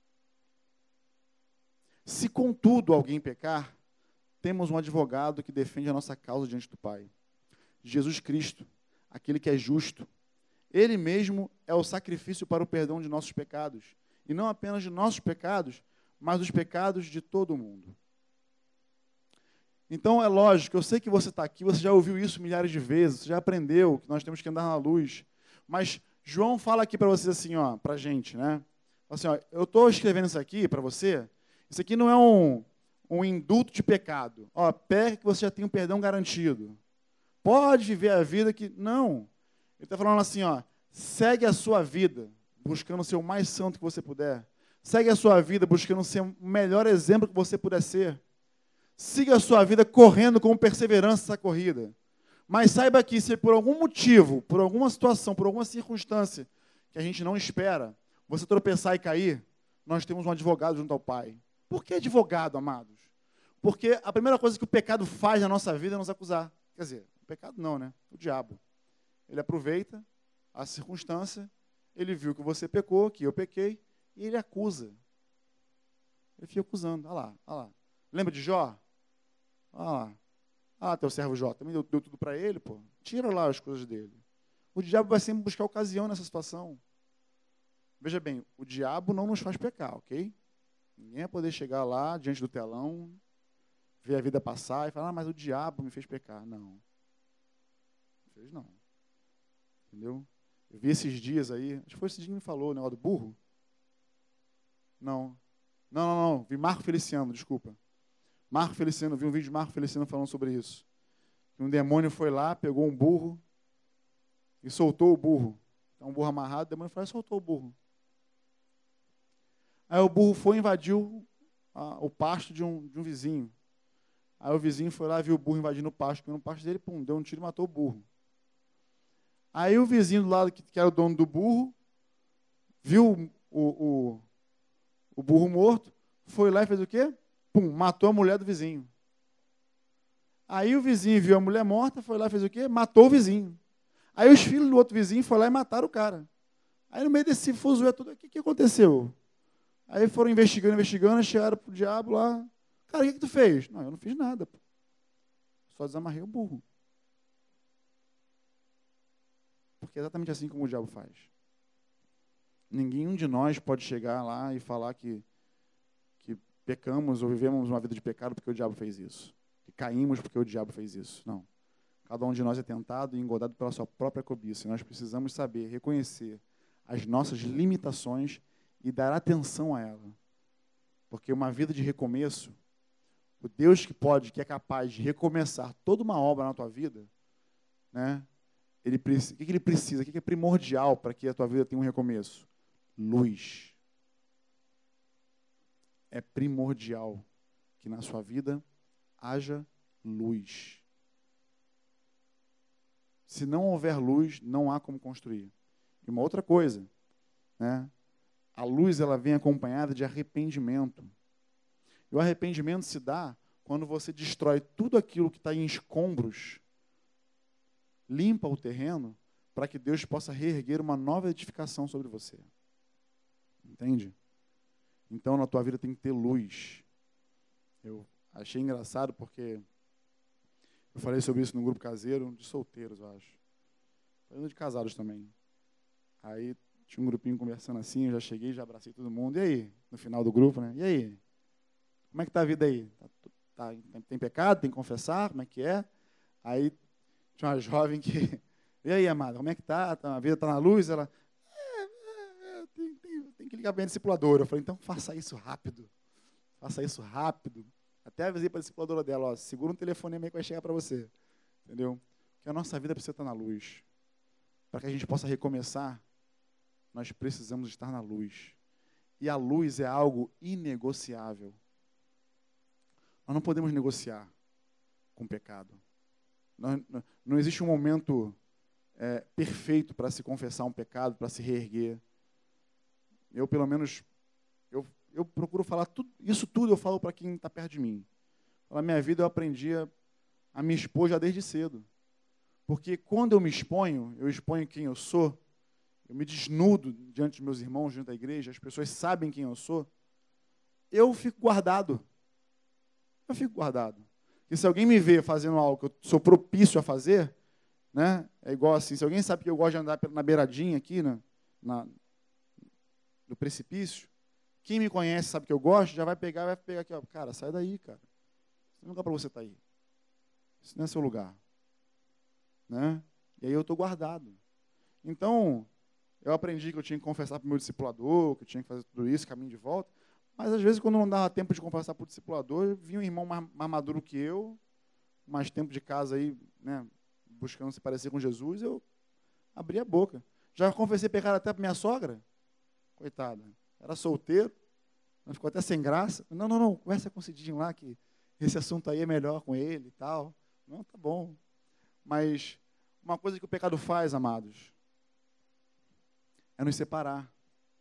Se, contudo, alguém pecar, temos um advogado que defende a nossa causa diante do Pai. Jesus Cristo, aquele que é justo. Ele mesmo é o sacrifício para o perdão de nossos pecados. E não apenas de nossos pecados, mas dos pecados de todo o mundo. Então, é lógico, eu sei que você está aqui, você já ouviu isso milhares de vezes, você já aprendeu que nós temos que andar na luz. Mas João fala aqui para vocês assim, ó, para a gente, né? Assim, ó, eu estou escrevendo isso aqui para você, isso aqui não é um, um indulto de pecado. Ó, pegue que você já tem um perdão garantido. Pode viver a vida que... Não. Ele está falando assim, ó, segue a sua vida, buscando ser o mais santo que você puder. Segue a sua vida, buscando ser o melhor exemplo que você puder ser. Siga a sua vida correndo com perseverança essa corrida. Mas saiba que se por algum motivo, por alguma situação, por alguma circunstância que a gente não espera, você tropeçar e cair, nós temos um advogado junto ao Pai. Por que advogado, amados? Porque a primeira coisa que o pecado faz na nossa vida é nos acusar. Quer dizer, o pecado não, né? O diabo. Ele aproveita a circunstância, ele viu que você pecou, que eu pequei, e ele acusa. Ele fica acusando. Olha lá, olha lá. Lembra de Jó? Olha lá. Ah, teu servo Jó, também deu, deu tudo para ele, pô. Tira lá as coisas dele. O diabo vai sempre buscar ocasião nessa situação. Veja bem, o diabo não nos faz pecar, ok? Ninguém vai poder chegar lá, diante do telão, ver a vida passar e falar, ah, mas o diabo me fez pecar. Não. Não fez não. Entendeu? Eu vi esses dias aí, acho que foi esse dia que me falou, o negócio do burro. Não. Não, não, não. Vi Marco Feliciano, desculpa. Marco Feliciano, vi um vídeo de Marco Feliciano falando sobre isso. Um demônio foi lá, pegou um burro e soltou o burro. Então, um burro amarrado, o demônio foi lá e soltou o burro. Aí o burro foi e invadiu a, o pasto de um, de um vizinho. Aí o vizinho foi lá, viu o burro invadindo o pasto, no pasto dele, pum, deu um tiro e matou o burro. Aí o vizinho do lado, que, que era o dono do burro, viu o, o, o burro morto, foi lá e fez o quê? Pum, matou a mulher do vizinho. Aí o vizinho viu a mulher morta, foi lá e fez o quê? Matou o vizinho. Aí os filhos do outro vizinho foram lá e mataram o cara. Aí no meio desse fuzuê tudo, o que, que aconteceu? Aí foram investigando, investigando, chegaram pro diabo lá. Cara, o que, que tu fez? Não, eu não fiz nada. Pô. Só desamarrei o burro. Porque é exatamente assim como o diabo faz. Ninguém de nós pode chegar lá e falar que, que pecamos ou vivemos uma vida de pecado porque o diabo fez isso. Que caímos porque o diabo fez isso. Não. Cada um de nós é tentado e engodado pela sua própria cobiça. E nós precisamos saber, reconhecer as nossas limitações e dar atenção a ela. Porque uma vida de recomeço, o Deus que pode, que é capaz de recomeçar toda uma obra na tua vida, né? Ele, o que ele precisa? O que é primordial para que a tua vida tenha um recomeço? Luz. É primordial que na sua vida haja luz. Se não houver luz, não há como construir. E uma outra coisa, né? A luz ela vem acompanhada de arrependimento. E o arrependimento se dá quando você destrói tudo aquilo que está em escombros, limpa o terreno, para que Deus possa reerguer uma nova edificação sobre você. Entende? Então, na tua vida tem que ter luz. Eu achei engraçado porque eu falei sobre isso no grupo caseiro, de solteiros, eu acho. Falando de casados também. Aí tinha um grupinho conversando assim, eu já cheguei, já abracei todo mundo. E aí? No final do grupo, né? E aí? Como é que está a vida aí? Tá, tá, tem pecado? Tem que confessar? Como é que é? Aí tinha uma jovem que... E aí, amada, como é que está? A vida está na luz? Ela... É, é, tem, tem, tem que ligar bem a discipuladora. Eu falei, então faça isso rápido. Faça isso rápido. Até avisei para a discipuladora dela, ó, segura um telefonema aí que vai chegar para você. Entendeu? Porque a nossa vida precisa estar na luz. Para que a gente possa recomeçar, nós precisamos estar na luz. E a luz é algo inegociável. Nós não podemos negociar com o pecado. Não, não, não existe um momento é, perfeito para se confessar um pecado, para se reerguer. Eu, pelo menos, eu, eu procuro falar tudo, isso tudo eu falo para quem está perto de mim. Na minha vida eu aprendi a, a me expor já desde cedo. Porque quando eu me exponho, eu exponho quem eu sou, eu me desnudo diante dos meus irmãos, diante da igreja, as pessoas sabem quem eu sou, eu fico guardado. Eu fico guardado. E se alguém me vê fazendo algo que eu sou propício a fazer, né, é igual assim, se alguém sabe que eu gosto de andar na beiradinha aqui, né, na, no precipício, quem me conhece sabe que eu gosto, já vai pegar, vai pegar aqui, ó, cara, sai daí, cara. Isso não é lugar para você estar aí. Isso não é seu lugar. Né? E aí eu estou guardado. Então, eu aprendi que eu tinha que confessar para o meu discipulador, que eu tinha que fazer tudo isso, caminho de volta. Mas, às vezes, quando não dava tempo de confessar para o discipulador, vinha um irmão mais, mais maduro que eu, mais tempo de casa aí, né, buscando se parecer com Jesus, eu abri a boca. Já confessei pecado até para minha sogra. Coitada. Era solteiro, ficou até sem graça. Não, não, não, conversa com o Cidinho lá, que esse assunto aí é melhor com ele e tal. Não, tá bom. Mas uma coisa que o pecado faz, amados, é nos separar.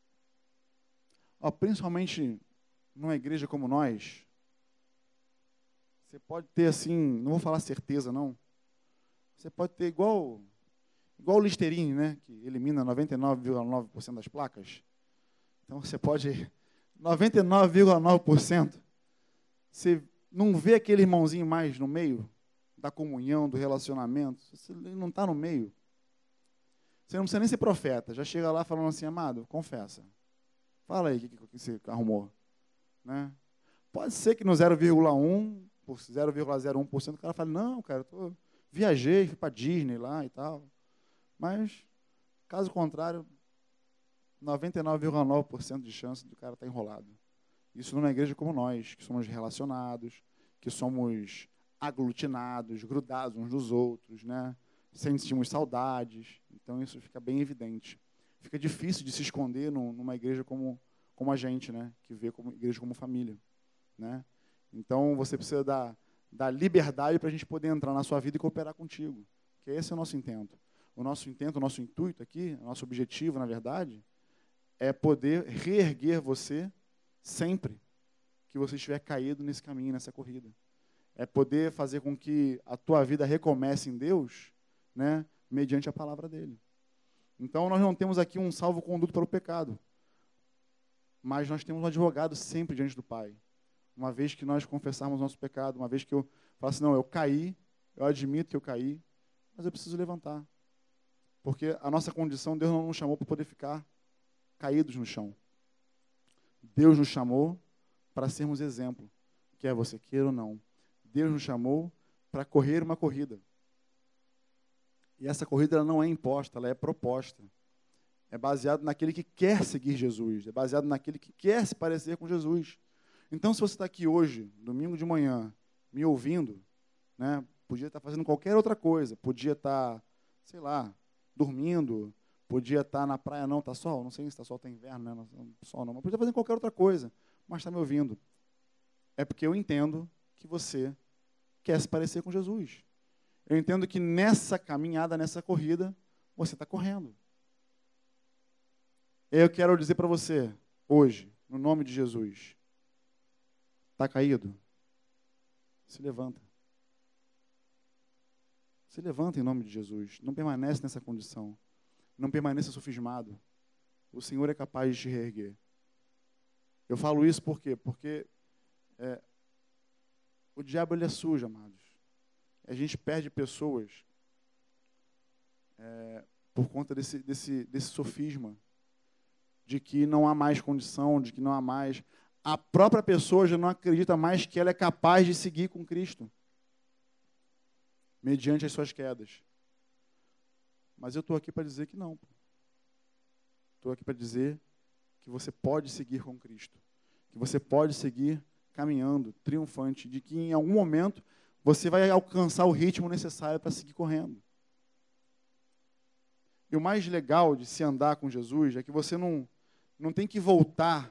Ó, principalmente numa igreja como nós, você pode ter assim, não vou falar certeza não, você pode ter igual, igual o Listerine, né, que elimina noventa e nove vírgula nove por cento das placas. Então você pode, noventa e nove vírgula nove por cento, você não vê aquele irmãozinho mais no meio da comunhão, do relacionamento, você não está no meio. Você não precisa nem ser profeta, já chega lá falando assim, amado, confessa. Fala aí o que, que você arrumou. Né? Pode ser que no zero vírgula um, por zero vírgula zero um por cento, o cara fala, não, cara, eu tô, viajei, fui para Disney lá e tal. Mas Caso contrário, noventa e nove vírgula nove por cento de chance do cara estar enrolado. Isso numa igreja como nós, que somos relacionados, que somos aglutinados, grudados uns nos outros, né? Sentimos saudades. Então, isso fica bem evidente. Fica difícil de se esconder numa igreja como, como a gente, né? Que vê como igreja como família, né? Então, você precisa dar, dar liberdade para a gente poder entrar na sua vida e cooperar contigo. Que esse é o nosso intento. O nosso intento, o nosso intuito aqui, o nosso objetivo, na verdade, é poder reerguer você sempre que você estiver caído nesse caminho, nessa corrida. É poder fazer com que a tua vida recomece em Deus, né, mediante a palavra dele. Então, nós não temos aqui um salvo-conduto para o pecado, mas nós temos um advogado sempre diante do Pai. Uma vez que nós confessarmos nosso pecado, uma vez que eu falo assim, não, eu caí, eu admito que eu caí, mas eu preciso levantar. Porque a nossa condição, Deus não nos chamou para poder ficar caídos no chão. Deus nos chamou para sermos exemplo, quer você queira ou não. Deus nos chamou para correr uma corrida. E essa corrida ela não é imposta, ela é proposta. É baseado naquele que quer seguir Jesus, é baseado naquele que quer se parecer com Jesus. Então, se você está aqui hoje, domingo de manhã, me ouvindo, né, podia estar fazendo qualquer outra coisa, podia estar, sei lá, dormindo, podia estar na praia, não, está sol, não sei se está sol, está inverno, né, não, sol não, mas podia estar fazendo qualquer outra coisa, mas está me ouvindo. É porque eu entendo que você quer se parecer com Jesus. Eu entendo que nessa caminhada, nessa corrida, você está correndo. Eu quero dizer para você, hoje, no nome de Jesus, está caído? Se levanta. Se levanta em nome de Jesus. Não permanece nessa condição. Não permaneça sofismado. O Senhor é capaz de te reerguer. Eu falo isso por quê? Porque é, o diabo ele é sujo, amados. A gente perde pessoas é, por conta desse, desse, desse sofisma de que não há mais condição, de que não há mais... A própria pessoa já não acredita mais que ela é capaz de seguir com Cristo, mediante as suas quedas. Mas eu estou aqui para dizer que não. Estou aqui para dizer que você pode seguir com Cristo, que você pode seguir caminhando, triunfante, de que em algum momento você vai alcançar o ritmo necessário para seguir correndo. E o mais legal de se andar com Jesus é que você não, não tem que voltar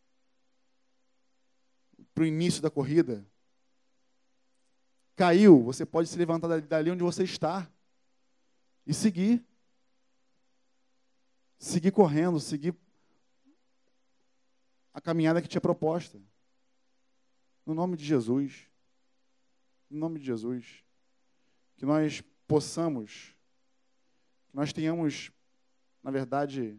para o início da corrida. Caiu, você pode se levantar dali onde você está e seguir. Seguir correndo, seguir a caminhada que te é proposta. No nome de Jesus. No nome de Jesus. Que nós possamos, que nós tenhamos, na verdade,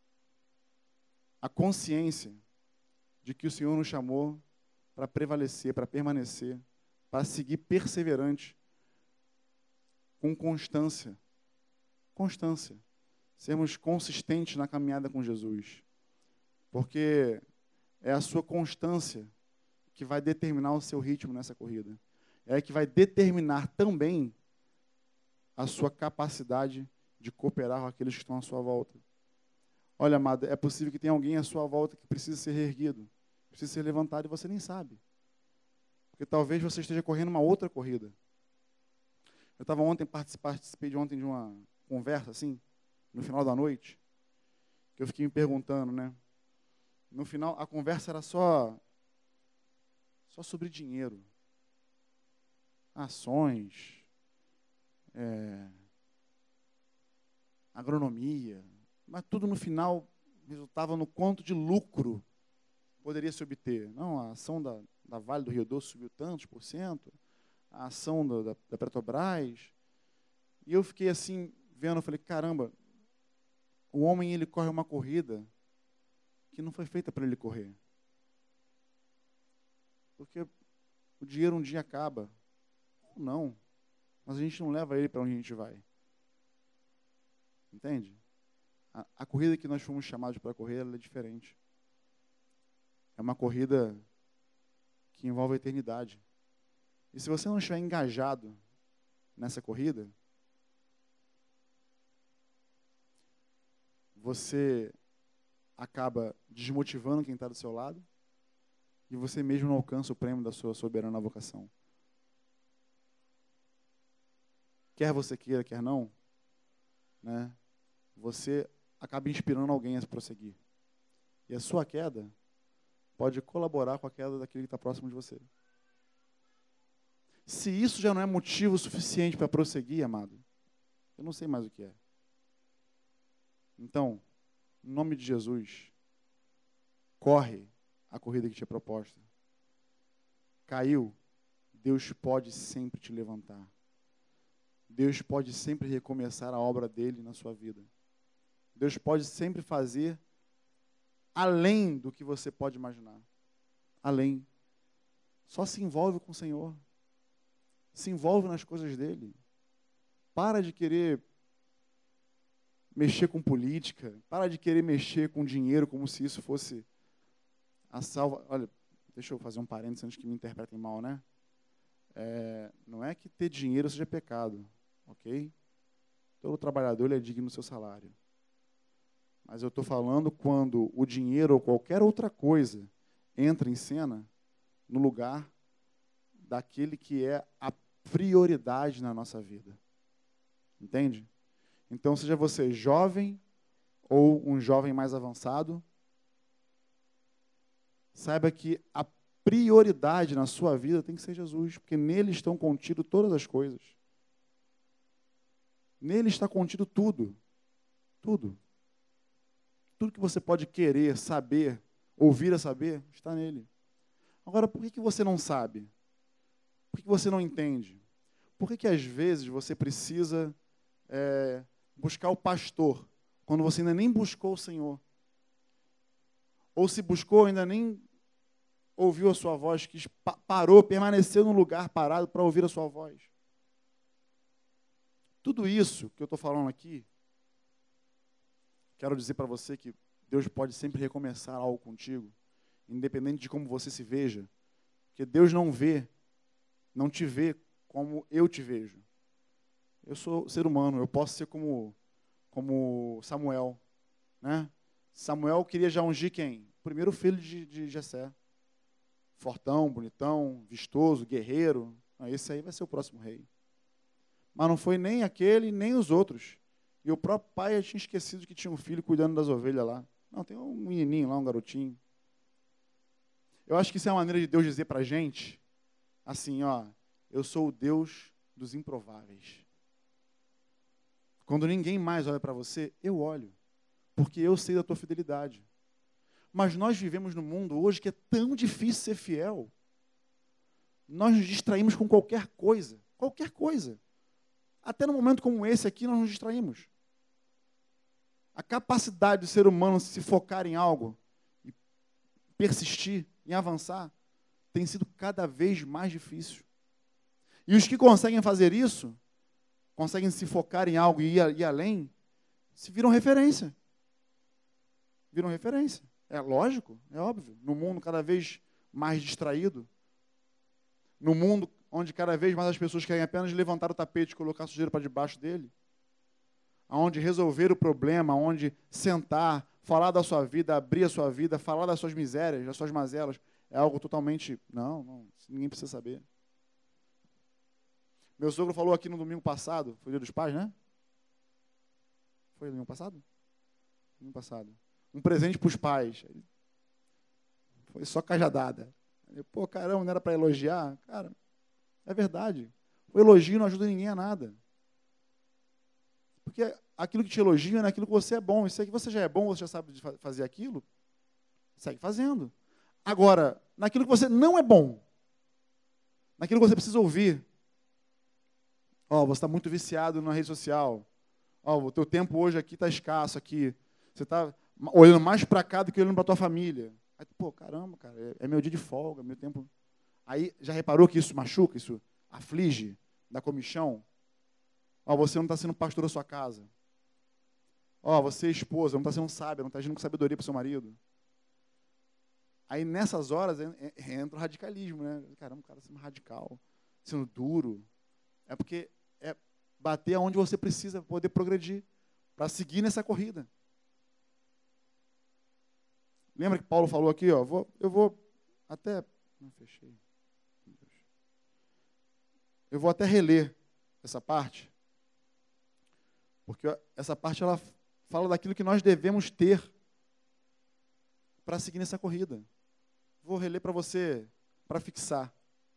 a consciência de que o Senhor nos chamou para prevalecer, para permanecer, para seguir perseverante, com constância. Constância. Sermos consistentes na caminhada com Jesus. Porque é a sua constância que vai determinar o seu ritmo nessa corrida. É que vai determinar também a sua capacidade de cooperar com aqueles que estão à sua volta. Olha, amado, é possível que tenha alguém à sua volta que precisa ser reerguido, precisa ser levantado e você nem sabe. Porque talvez você esteja correndo uma outra corrida. Eu estava ontem, participei de ontem de uma conversa, assim, no final da noite, que eu fiquei me perguntando, né? No final, a conversa era só, só sobre dinheiro. Ações, é, agronomia, mas tudo no final resultava no quanto de lucro poderia se obter. Não, a ação da, da Vale do Rio Doce subiu tantos por cento, a ação da, da, da Petrobras. E eu fiquei assim, vendo, eu falei, caramba, o homem ele corre uma corrida que não foi feita para ele correr. Porque o dinheiro um dia acaba. Ou não. Mas a gente não leva ele para onde a gente vai. Entende? A, a corrida que nós fomos chamados para correr, ela é diferente. É uma corrida que envolve a eternidade. E se você não estiver engajado nessa corrida, você acaba desmotivando quem está do seu lado e você mesmo não alcança o prêmio da sua soberana vocação. Quer você queira, quer não, né, você acaba inspirando alguém a prosseguir. E a sua queda pode colaborar com a queda daquele que está próximo de você. Se isso já não é motivo suficiente para prosseguir, amado, eu não sei mais o que é. Então, em nome de Jesus, corre a corrida que te é proposta. Caiu, Deus pode sempre te levantar. Deus pode sempre recomeçar a obra dele na sua vida. Deus pode sempre fazer além do que você pode imaginar. Além. Só se envolve com o Senhor. Se envolve nas coisas dele. Para de querer mexer com política. Para de querer mexer com dinheiro como se isso fosse a salva. Olha, deixa eu fazer um parênteses antes que me interpretem mal, né? É, não é que ter dinheiro seja pecado, ok? Todo trabalhador ele é digno do seu salário. Mas eu estou falando quando o dinheiro ou qualquer outra coisa entra em cena no lugar daquele que é a prioridade na nossa vida. Entende? Então, seja você jovem ou um jovem mais avançado, saiba que a prioridade na sua vida tem que ser Jesus, porque nele estão contidas todas as coisas. Nele está contido tudo. Tudo. Tudo que você pode querer, saber, ouvir a saber, está nele. Agora, por que que você não sabe? Por que que você não entende? Por que que às vezes você precisa é, buscar o pastor, quando você ainda nem buscou o Senhor? Ou se buscou, ainda nem ouviu a sua voz, que parou, permaneceu no lugar parado para ouvir a sua voz. Tudo isso que eu estou falando aqui, quero dizer para você que Deus pode sempre recomeçar algo contigo, independente de como você se veja, porque Deus não vê, não te vê como eu te vejo. Eu sou ser humano, eu posso ser como, como Samuel, né? Samuel queria já ungir quem? O primeiro filho de, de Jessé. Fortão, bonitão, vistoso, guerreiro. Ah, esse aí vai ser o próximo rei. Mas não foi nem aquele, nem os outros. E o próprio pai já tinha esquecido que tinha um filho cuidando das ovelhas lá. Não, tem um menininho lá, um garotinho. Eu acho que isso é uma maneira de Deus dizer para a gente, assim, ó, eu sou o Deus dos improváveis. Quando ninguém mais olha para você, eu olho, porque eu sei da tua fidelidade. Mas nós vivemos num mundo hoje que é tão difícil ser fiel. Nós nos distraímos com qualquer coisa, qualquer coisa. Até num momento como esse aqui, nós nos distraímos. A capacidade do ser humano se focar em algo, e persistir, em avançar, tem sido cada vez mais difícil. E os que conseguem fazer isso, conseguem se focar em algo e ir, ir além, se viram referência. Viram referência. É lógico, é óbvio. No mundo cada vez mais distraído, no mundo onde cada vez mais as pessoas querem apenas levantar o tapete e colocar sujeira para debaixo dele, onde resolver o problema, onde sentar, falar da sua vida, abrir a sua vida, falar das suas misérias, das suas mazelas, é algo totalmente... Não, não, ninguém precisa saber. Meu sogro falou aqui no domingo passado, foi o Dia dos Pais, né? Foi domingo passado? Domingo passado. Um presente para os pais. Foi só cajadada. Eu, Pô, caramba, não era para elogiar? Cara, é verdade. O elogio não ajuda ninguém a nada. Porque aquilo que te elogia é naquilo que você é bom. E se você já é bom, você já sabe fazer aquilo, segue fazendo. Agora, naquilo que você não é bom, naquilo que você precisa ouvir, ó, você está muito viciado na rede social, ó, o teu tempo hoje aqui está escasso aqui, você está olhando mais para cá do que olhando para a tua família. Aí, pô, caramba, cara, é, é meu dia de folga, meu tempo... Aí, já reparou que isso machuca, isso aflige, dá comichão? Ó, você não está sendo pastor da sua casa. Ó, você é esposa, não está sendo sábia, não está agindo com sabedoria para o seu marido. Aí, nessas horas, entra o radicalismo, né? Caramba, o cara sendo radical, sendo duro. É porque é bater aonde você precisa para poder progredir, para seguir nessa corrida. Lembra que Paulo falou aqui, ó, vou, eu vou até... Não, fechei. Eu vou até reler essa parte, porque essa parte ela fala daquilo que nós devemos ter para seguir nessa corrida. Vou reler para você, para fixar.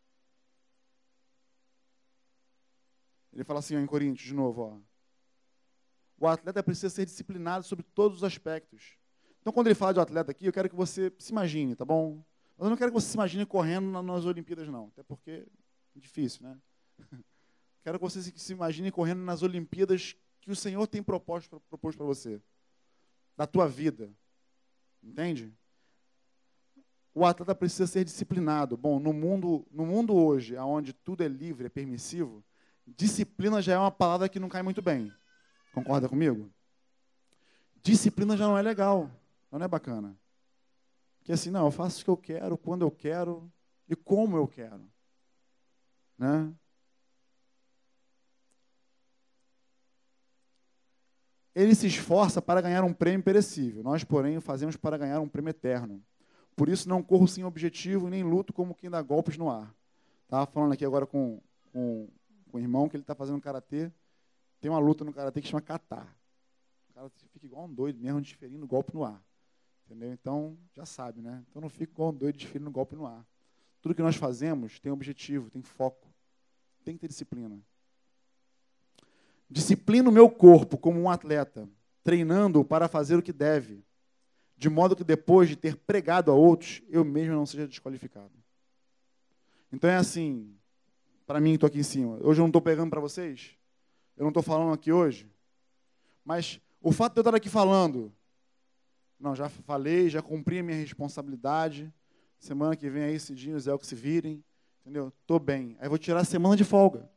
Ele fala assim, ó, em Coríntios, de novo, ó. O atleta precisa ser disciplinado sobre todos os aspectos. Então, quando ele fala de atleta aqui, eu quero que você se imagine, tá bom? Mas eu não quero que você se imagine correndo nas Olimpíadas, não. Até porque é difícil, né? Quero que você se imagine correndo nas Olimpíadas que o Senhor tem proposto para você. Da tua vida. Entende? O atleta precisa ser disciplinado. Bom, no mundo, no mundo hoje, onde tudo é livre, é permissivo, disciplina já é uma palavra que não cai muito bem. Concorda comigo? Disciplina já não é legal. Não é bacana. Porque assim, não, eu faço o que eu quero, quando eu quero e como eu quero. Né? Ele se esforça para ganhar um prêmio perecível. Nós, porém, o fazemos para ganhar um prêmio eterno. Por isso não corro sem objetivo, nem luto como quem dá golpes no ar. Estava falando aqui agora com, com, com o irmão que ele está fazendo karatê. Tem uma luta no karatê que chama kata. O cara fica igual um doido mesmo, desferindo golpe no ar. Entendeu? Então, já sabe, né? Então não fica igual um doido desferindo golpe no ar. Tudo que nós fazemos tem objetivo, tem foco. Tem que ter disciplina. Disciplino o meu corpo como um atleta, treinando-o para fazer o que deve, de modo que depois de ter pregado a outros, eu mesmo não seja desqualificado. Então é assim, para mim que estou aqui em cima. Hoje eu não estou pegando para vocês, eu não estou falando aqui hoje, mas o fato de eu estar aqui falando, não, já falei, já cumpri a minha responsabilidade, semana que vem aí, Cidinho, Zé, que se virem, entendeu? Estou bem. Aí vou tirar a semana de folga.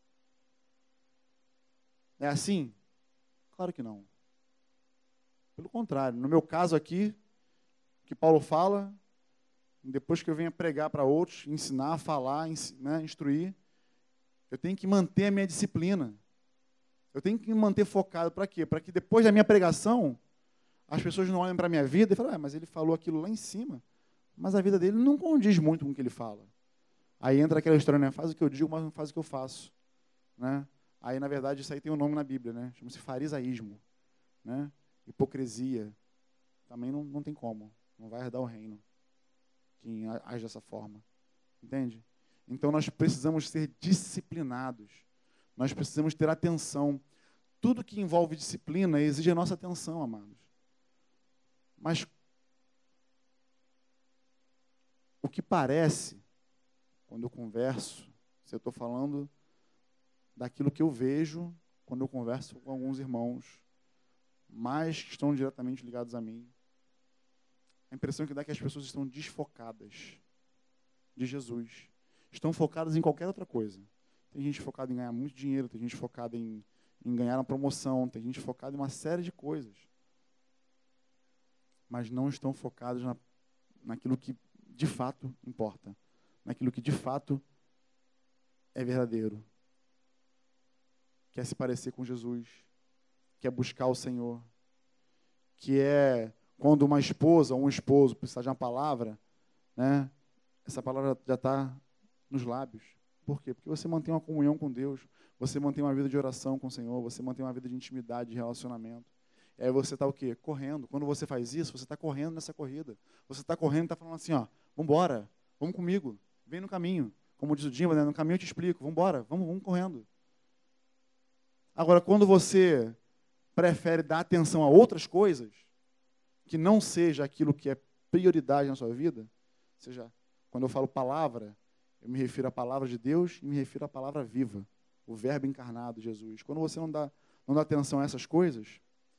É assim? Claro que não. Pelo contrário, no meu caso aqui, que Paulo fala, depois que eu venha pregar para outros, ensinar, falar, né, instruir, eu tenho que manter a minha disciplina. Eu tenho que me manter focado. Para quê? Para que depois da minha pregação, as pessoas não olhem para a minha vida e falem, ah, mas ele falou aquilo lá em cima, mas a vida dele não condiz muito com o que ele fala. Aí entra aquela história, né? Faz o que eu digo, mas não faz o que eu faço. Né? Aí, na verdade, isso aí tem um nome na Bíblia, né? Chama-se farisaísmo, né? Hipocrisia. Também não, não tem como. Não vai herdar o reino quem age dessa forma. Entende? Então, nós precisamos ser disciplinados. Nós precisamos ter atenção. Tudo que envolve disciplina exige a nossa atenção, amados. Mas o que parece, quando eu converso, se eu estou falando daquilo que eu vejo quando eu converso com alguns irmãos, mais que estão diretamente ligados a mim. A impressão que dá é que as pessoas estão desfocadas de Jesus. Estão focadas em qualquer outra coisa. Tem gente focada em ganhar muito dinheiro, tem gente focada em, em ganhar uma promoção, tem gente focada em uma série de coisas. Mas não estão focados na, naquilo que de fato importa, naquilo que de fato é verdadeiro. Quer se parecer com Jesus, quer buscar o Senhor, que é quando uma esposa ou um esposo precisa de uma palavra, né, essa palavra já está nos lábios. Por quê? Porque você mantém uma comunhão com Deus, você mantém uma vida de oração com o Senhor, você mantém uma vida de intimidade, de relacionamento. E aí você está o quê? Correndo. Quando você faz isso, você está correndo nessa corrida. Você está correndo e está falando assim, ó, vamos embora, vamos comigo, vem no caminho. Como diz o Dimba, né, no caminho eu te explico, vamos embora, vamos, vamos correndo. Agora, quando você prefere dar atenção a outras coisas, que não seja aquilo que é prioridade na sua vida, ou seja, quando eu falo palavra, eu me refiro à palavra de Deus e me refiro à palavra viva, o verbo encarnado, Jesus. Quando você não dá, não dá atenção a essas coisas,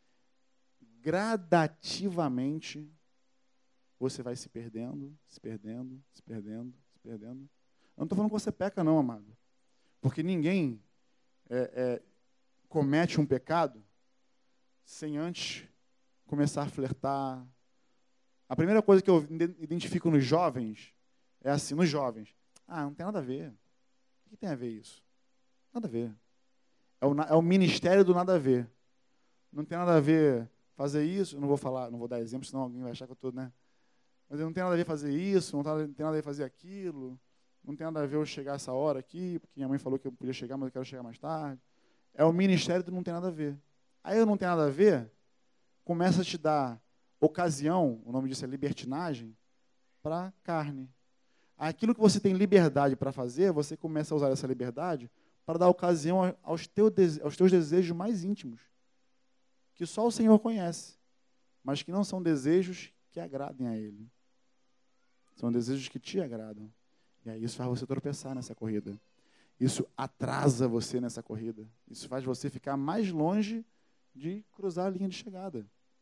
gradativamente você vai se perdendo, se perdendo, se perdendo, se perdendo. Eu não estou falando que você peca, não, amado. Porque ninguém é, é, comete um pecado sem antes começar a flertar. A primeira coisa que eu identifico nos jovens é assim, nos jovens. Ah, não tem nada a ver. O que tem a ver isso? Nada a ver. É o, é o ministério do nada a ver. Não tem nada a ver fazer isso. Eu não vou falar, não vou dar exemplo, senão alguém vai achar que eu estou, né? Mas não tem nada a ver fazer isso, não tem nada a ver fazer aquilo, não tem nada a ver eu chegar essa hora aqui, porque minha mãe falou que eu podia chegar, mas eu quero chegar mais tarde. É o ministério do não tem nada a ver. Aí eu não tenho nada a ver, começa a te dar ocasião, o nome disso é libertinagem, para carne. Aquilo que você tem liberdade para fazer, você começa a usar essa liberdade para dar ocasião aos teus, aos teus desejos mais íntimos, que só o Senhor conhece, mas que não são desejos que agradem a Ele. São desejos que te agradam. E aí isso faz você tropeçar nessa corrida. Isso atrasa você nessa corrida. Isso faz você ficar mais longe de cruzar a linha de chegada.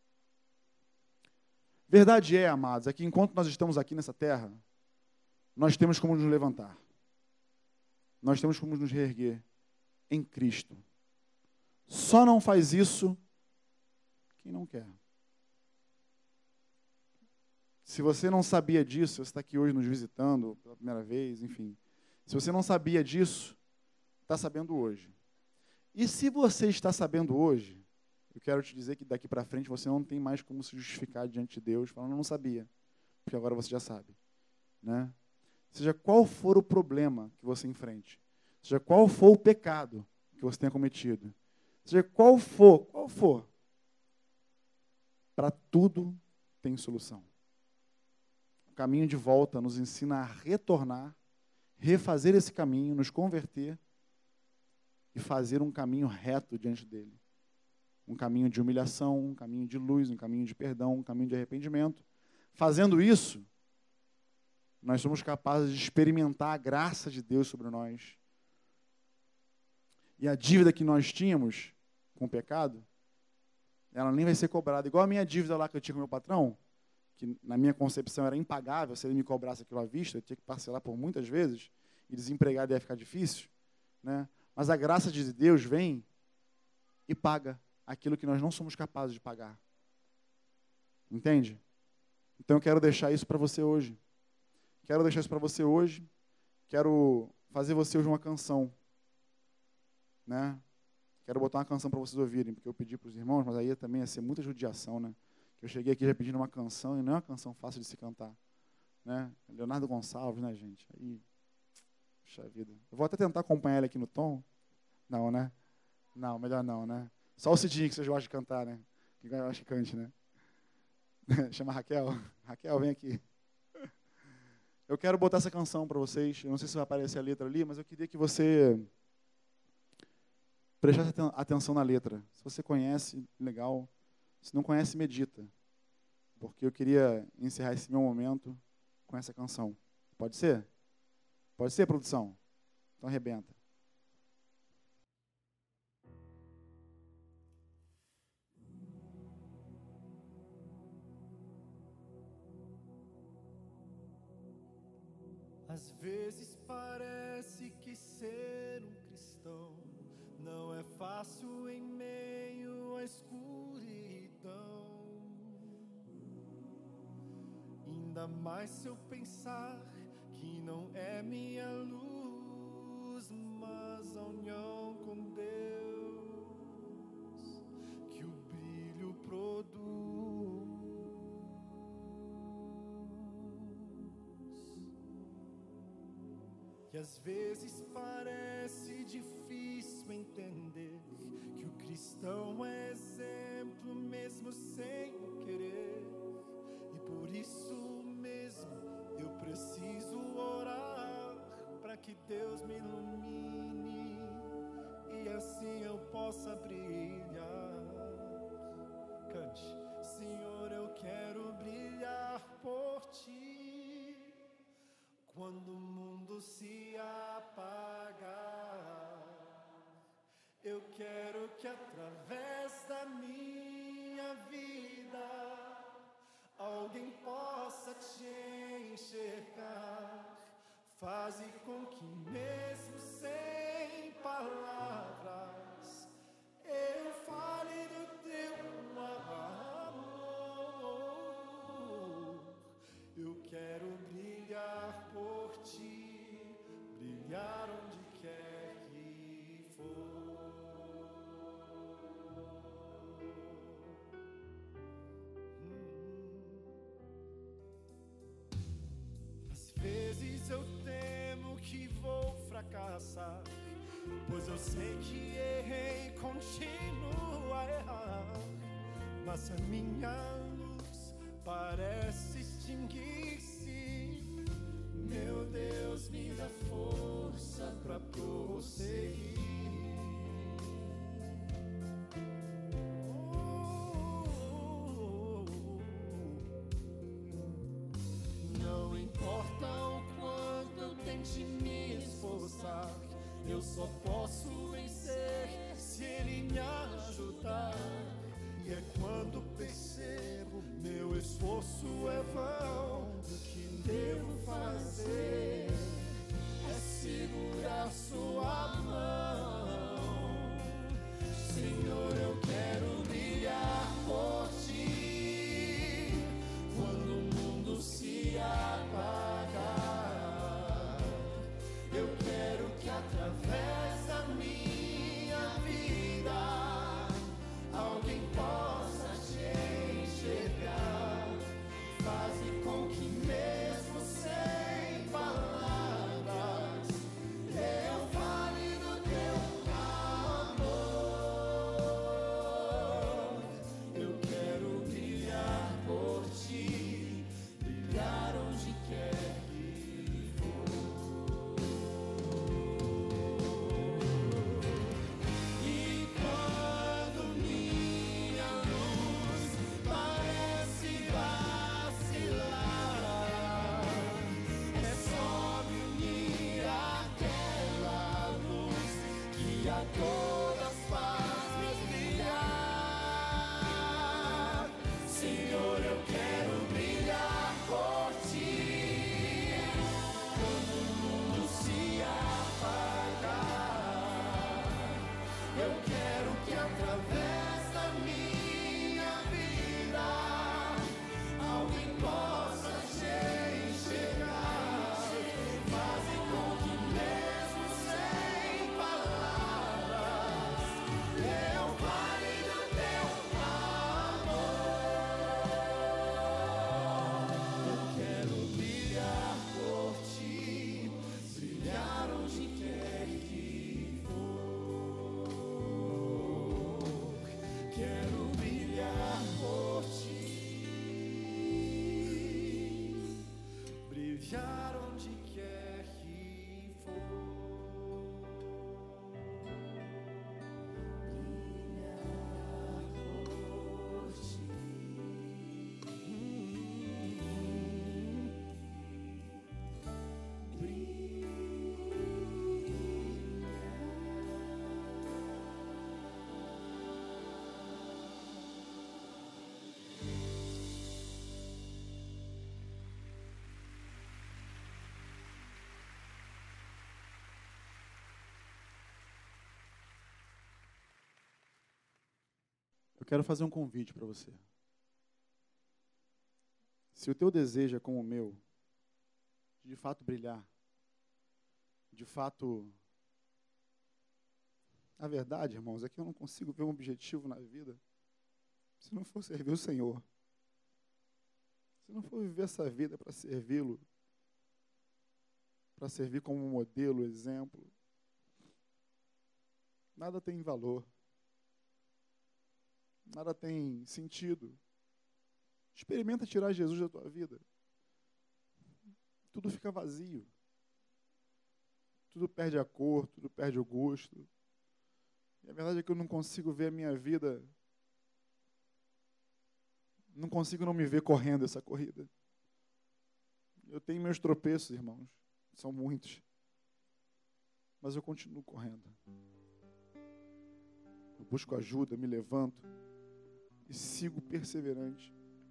Verdade é, amados, é que enquanto nós estamos aqui nessa terra, nós temos como nos levantar. Nós temos como nos reerguer em Cristo. Só não faz isso quem não quer. Se você não sabia disso, você está aqui hoje nos visitando pela primeira vez, enfim. Se você não sabia disso, está sabendo hoje. E se você está sabendo hoje, eu quero te dizer que daqui para frente você não tem mais como se justificar diante de Deus, falando, eu não sabia, porque agora você já sabe. Né? Seja qual for o problema que você enfrente, seja qual for o pecado que você tenha cometido, seja qual for, qual for, para tudo tem solução. O caminho de volta nos ensina a retornar, refazer esse caminho, nos converter e fazer um caminho reto diante dele. Um caminho de humilhação, um caminho de luz, um caminho de perdão, um caminho de arrependimento. Fazendo isso, nós somos capazes de experimentar a graça de Deus sobre nós. E a dívida que nós tínhamos com o pecado, ela nem vai ser cobrada. Igual a minha dívida lá que eu tinha com o meu patrão, que na minha concepção era impagável, se ele me cobrasse aquilo à vista, eu tinha que parcelar por muitas vezes, e desempregado ia ficar difícil. Né? Mas a graça de Deus vem e paga aquilo que nós não somos capazes de pagar. Entende? Então eu quero deixar isso para você hoje. Quero deixar isso para você hoje. Quero fazer você hoje uma canção. Né? Quero botar uma canção para vocês ouvirem, porque eu pedi para os irmãos, mas aí também ia ser muita judiação, né? Eu cheguei aqui já pedindo uma canção, e não é uma canção fácil de se cantar. Né? Leonardo Gonçalves, né, gente? Aí, puxa vida. Eu vou até tentar acompanhar ele aqui no tom. Não, né? Não, melhor não, né? Só o Cidinho que vocês gostam de cantar, né? Que eu acho que cante, né? Chama Raquel. Raquel, vem aqui. Eu quero botar essa canção para vocês. Eu não sei se vai aparecer a letra ali, mas eu queria que você prestasse atenção na letra. Se você conhece, legal. Se não conhece, medita. Porque eu queria encerrar esse meu momento com essa canção. Pode ser? Pode ser, produção? Então arrebenta. Às vezes parece que ser um cristão não é fácil em meio à escuridão. Ainda mais se eu pensar que não é minha luz, mas a união com Deus que o brilho produz. E às vezes parece difícil entender que o cristão é exemplo mesmo sem querer. E por isso mesmo eu preciso orar para que Deus me ilumine e assim eu possa brilhar. Cante. Senhor, eu quero brilhar por ti quando o mundo se apagar. Eu quero que através da minha vida alguém possa te enxergar. Faze com que mesmo sem palavras eu fale do teu amor. Eu quero brilhar por ti, brilhar onde quer que for. Hum. fracassar, pois eu sei que errei, continuo a errar, mas a minha luz parece extinguir-se. Meu Deus, me dá força pra prosseguir. Não importa o quanto eu tente me esforçar, eu só posso vencer se Ele me ajudar. E é quando percebo meu esforço é vão, o que devo fazer é segurar sua mão. Senhor, eu quero brilhar por ti quando o mundo se apagar. Eu quero que através da minha vida alguém possa te enxergar. Faze com que mesmo sem palavras eu fale do teu amor. Eu quero brilhar por ti, brilhar onde quer que for. E quando minha luz parece vacilar, é só me unir àquela luz que a todas faz brilhar. Senhor, eu quero brilhar por ti quando o mundo se apagar. Eu quero que através da minha vida alguém possa te enxergar. Faze com que mesmo sem palavras eu fale do teu amor. Eu quero brilhar por ti, brilhar onde quer que for. Quero brilhar por ti, brilhar onde quer que for. Eu quero fazer um convite para você. Se o teu desejo é como o meu, de fato brilhar, de fato... A verdade, irmãos, é que eu não consigo ver um objetivo na vida se não for servir o Senhor. Se não for viver essa vida para servi-lo, para servir como modelo, exemplo, nada tem valor. Nada tem sentido. Experimenta tirar Jesus da tua vida. Tudo fica vazio. Tudo perde a cor, tudo perde o gosto. E a verdade é que eu não consigo ver a minha vida, não consigo não me ver correndo essa corrida. Eu tenho meus tropeços, irmãos, são muitos. Mas eu continuo correndo. Eu busco ajuda, me levanto e sigo perseverante.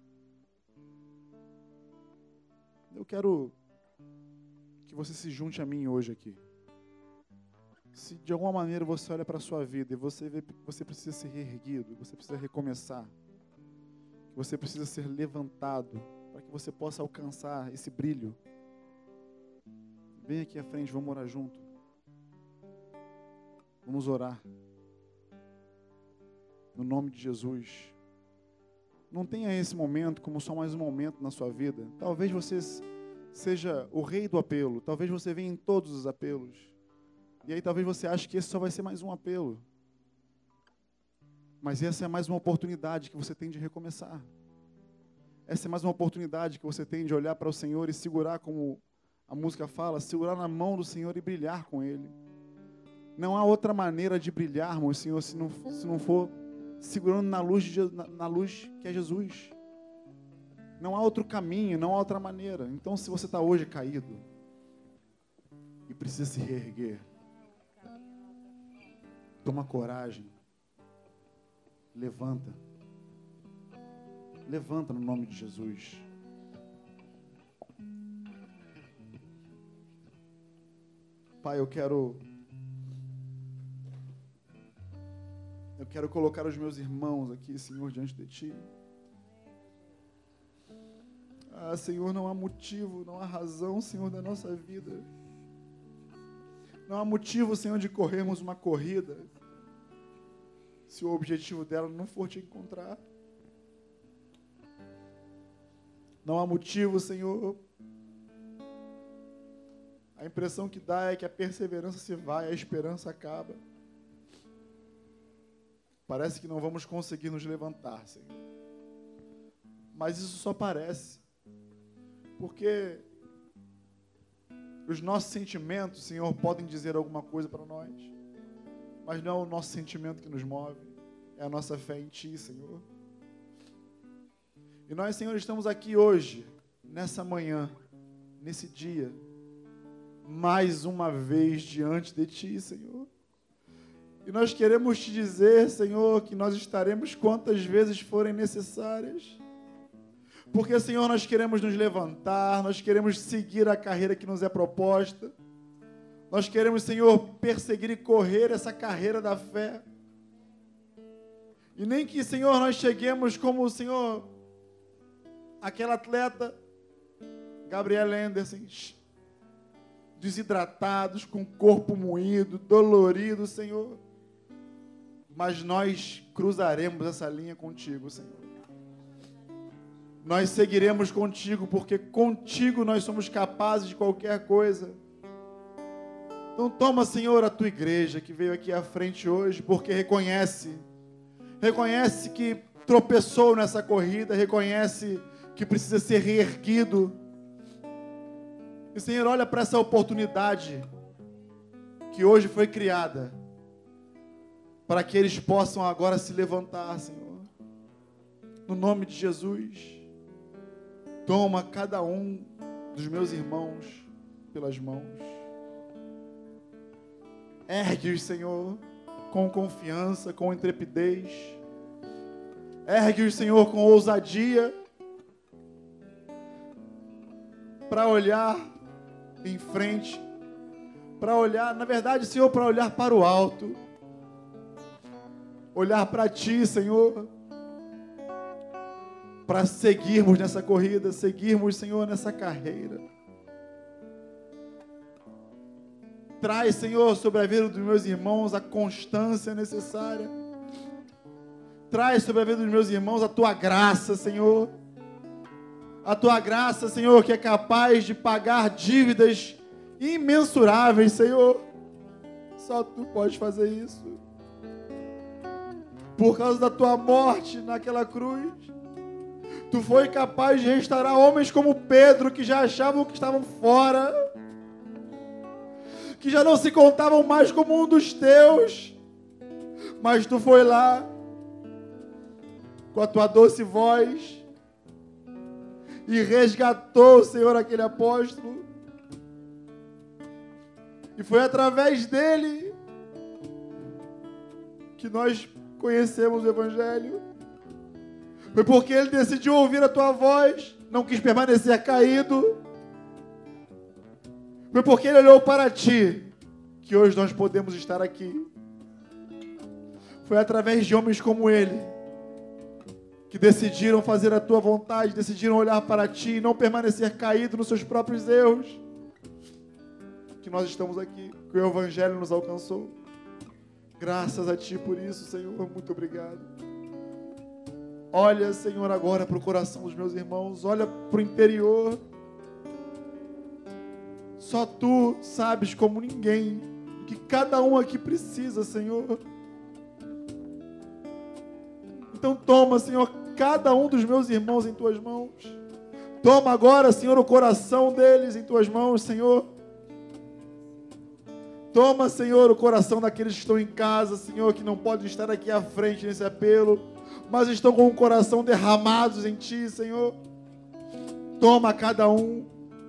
Eu quero que você se junte a mim hoje aqui. Se de alguma maneira você olha para a sua vida e você vê que você precisa ser reerguido, você precisa recomeçar, que você precisa ser levantado para que você possa alcançar esse brilho, vem aqui à frente, vamos orar junto. Vamos orar. No nome de Jesus. Não tenha esse momento como só mais um momento na sua vida. Talvez você seja o rei do apelo. Talvez você venha em todos os apelos. E aí talvez você ache que esse só vai ser mais um apelo. Mas essa é mais uma oportunidade que você tem de recomeçar. Essa é mais uma oportunidade que você tem de olhar para o Senhor e segurar, como a música fala, segurar na mão do Senhor e brilhar com Ele. Não há outra maneira de brilharmos, Senhor, se não, se não for segurando na luz, de, na, na luz que é Jesus. Não há outro caminho, não há outra maneira. Então, se você está hoje caído e precisa se reerguer, toma coragem, levanta. Levanta no nome de Jesus. Pai, eu quero... Eu quero colocar os meus irmãos aqui, Senhor, diante de Ti. Ah, Senhor, não há motivo, não há razão, Senhor, da nossa vida. Não há motivo, Senhor, de corrermos uma corrida se o objetivo dela não for Te encontrar. Não há motivo, Senhor. A impressão que dá é que a perseverança se vai, a esperança acaba. Parece que não vamos conseguir nos levantar, Senhor. Mas isso só parece. Porque os nossos sentimentos, Senhor, podem dizer alguma coisa para nós. Mas não é o nosso sentimento que nos move. É a nossa fé em Ti, Senhor. E nós, Senhor, estamos aqui hoje, nessa manhã, nesse dia, mais uma vez diante de Ti, Senhor. E nós queremos Te dizer, Senhor, que nós estaremos quantas vezes forem necessárias. Porque, Senhor, nós queremos nos levantar, nós queremos seguir a carreira que nos é proposta. Nós queremos, Senhor, perseguir e correr essa carreira da fé. E nem que, Senhor, nós cheguemos como, Senhor, aquela atleta, Gabriela Anderson, desidratados, com o corpo moído, dolorido, Senhor. Mas nós cruzaremos essa linha contigo, Senhor. Nós seguiremos contigo, porque contigo nós somos capazes de qualquer coisa. Então toma, Senhor, a tua igreja que veio aqui à frente hoje, porque reconhece, reconhece que tropeçou nessa corrida, reconhece que precisa ser reerguido. E, Senhor, olha para essa oportunidade que hoje foi criada, para que eles possam agora se levantar, Senhor. No nome de Jesus, toma cada um dos meus irmãos pelas mãos. Ergue-os, Senhor, com confiança, com intrepidez. Ergue-os, Senhor, com ousadia, para olhar em frente, para olhar, na verdade, Senhor, para olhar para o alto, olhar para Ti, Senhor, para seguirmos nessa corrida, seguirmos, Senhor, nessa carreira. Traz, Senhor, sobre a vida dos meus irmãos a constância necessária. Traz sobre a vida dos meus irmãos a Tua graça, Senhor. A Tua graça, Senhor, que é capaz de pagar dívidas imensuráveis, Senhor. Só Tu pode fazer isso. Por causa da Tua morte naquela cruz, Tu foi capaz de restaurar homens como Pedro, que já achavam que estavam fora, que já não se contavam mais como um dos Teus. Mas Tu foi lá, com a Tua doce voz, e resgatou, Senhor, aquele apóstolo. E foi através dele que nós conhecemos o Evangelho. Foi porque ele decidiu ouvir a Tua voz, não quis permanecer caído. Foi porque ele olhou para Ti que hoje nós podemos estar aqui. Foi através de homens como ele, que decidiram fazer a Tua vontade, decidiram olhar para Ti e não permanecer caído nos seus próprios erros, que nós estamos aqui, que o Evangelho nos alcançou. Graças a Ti por isso, Senhor, muito obrigado. Olha, Senhor, agora para o coração dos meus irmãos, olha para o interior. Só Tu sabes como ninguém que cada um aqui precisa, Senhor. Então toma, Senhor, cada um dos meus irmãos em Tuas mãos. Toma agora, Senhor, o coração deles em Tuas mãos, Senhor. Toma, Senhor, o coração daqueles que estão em casa, Senhor, que não podem estar aqui à frente nesse apelo, mas estão com o coração derramados em Ti, Senhor. Toma cada um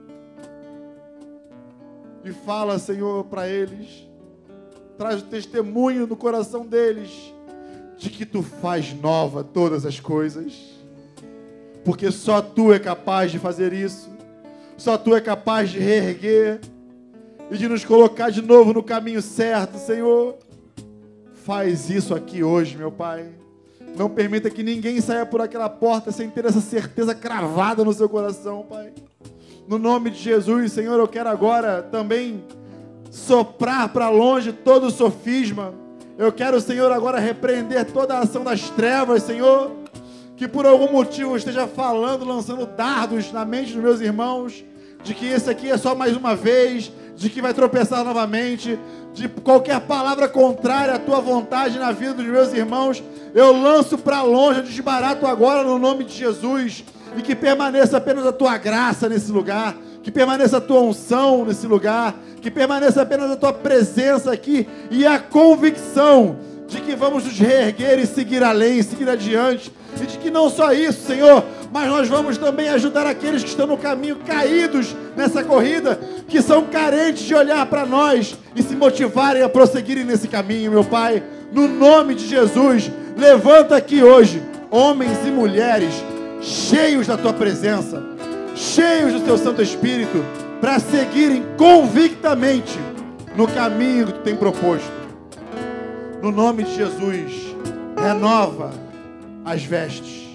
e fala, Senhor, para eles. Traz o testemunho no coração deles de que Tu faz nova todas as coisas. Porque só Tu é capaz de fazer isso. Só Tu é capaz de reerguer e de nos colocar de novo no caminho certo, Senhor. Faz isso aqui hoje, meu Pai. Não permita que ninguém saia por aquela porta sem ter essa certeza cravada no seu coração, Pai. No nome de Jesus, Senhor, eu quero agora também soprar para longe todo o sofisma. Eu quero, Senhor, agora repreender toda a ação das trevas, Senhor, que por algum motivo esteja falando, lançando dardos na mente dos meus irmãos, de que esse aqui é só mais uma vez, de que vai tropeçar novamente, de qualquer palavra contrária à Tua vontade na vida dos meus irmãos, eu lanço para longe, eu desbarato agora no nome de Jesus, e que permaneça apenas a Tua graça nesse lugar, que permaneça a Tua unção nesse lugar, que permaneça apenas a Tua presença aqui, e a convicção de que vamos nos reerguer e seguir além, seguir adiante, e de que não só isso, Senhor, mas nós vamos também ajudar aqueles que estão no caminho caídos nessa corrida, que são carentes de olhar para nós e se motivarem a prosseguirem nesse caminho, meu Pai. No nome de Jesus, levanta aqui hoje homens e mulheres cheios da Tua presença, cheios do Teu Santo Espírito, para seguirem convictamente no caminho que Tu tem proposto. No nome de Jesus, renova as vestes,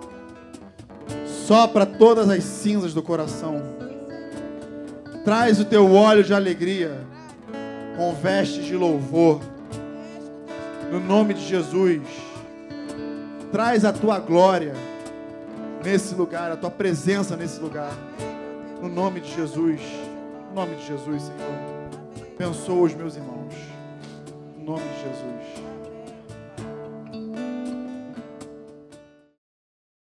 sopra todas as cinzas do coração, traz o Teu óleo de alegria com vestes de louvor. No nome de Jesus, traz a Tua glória nesse lugar, a Tua presença nesse lugar. No nome de Jesus, no nome de Jesus, Senhor, abençoa os meus irmãos. No nome de Jesus.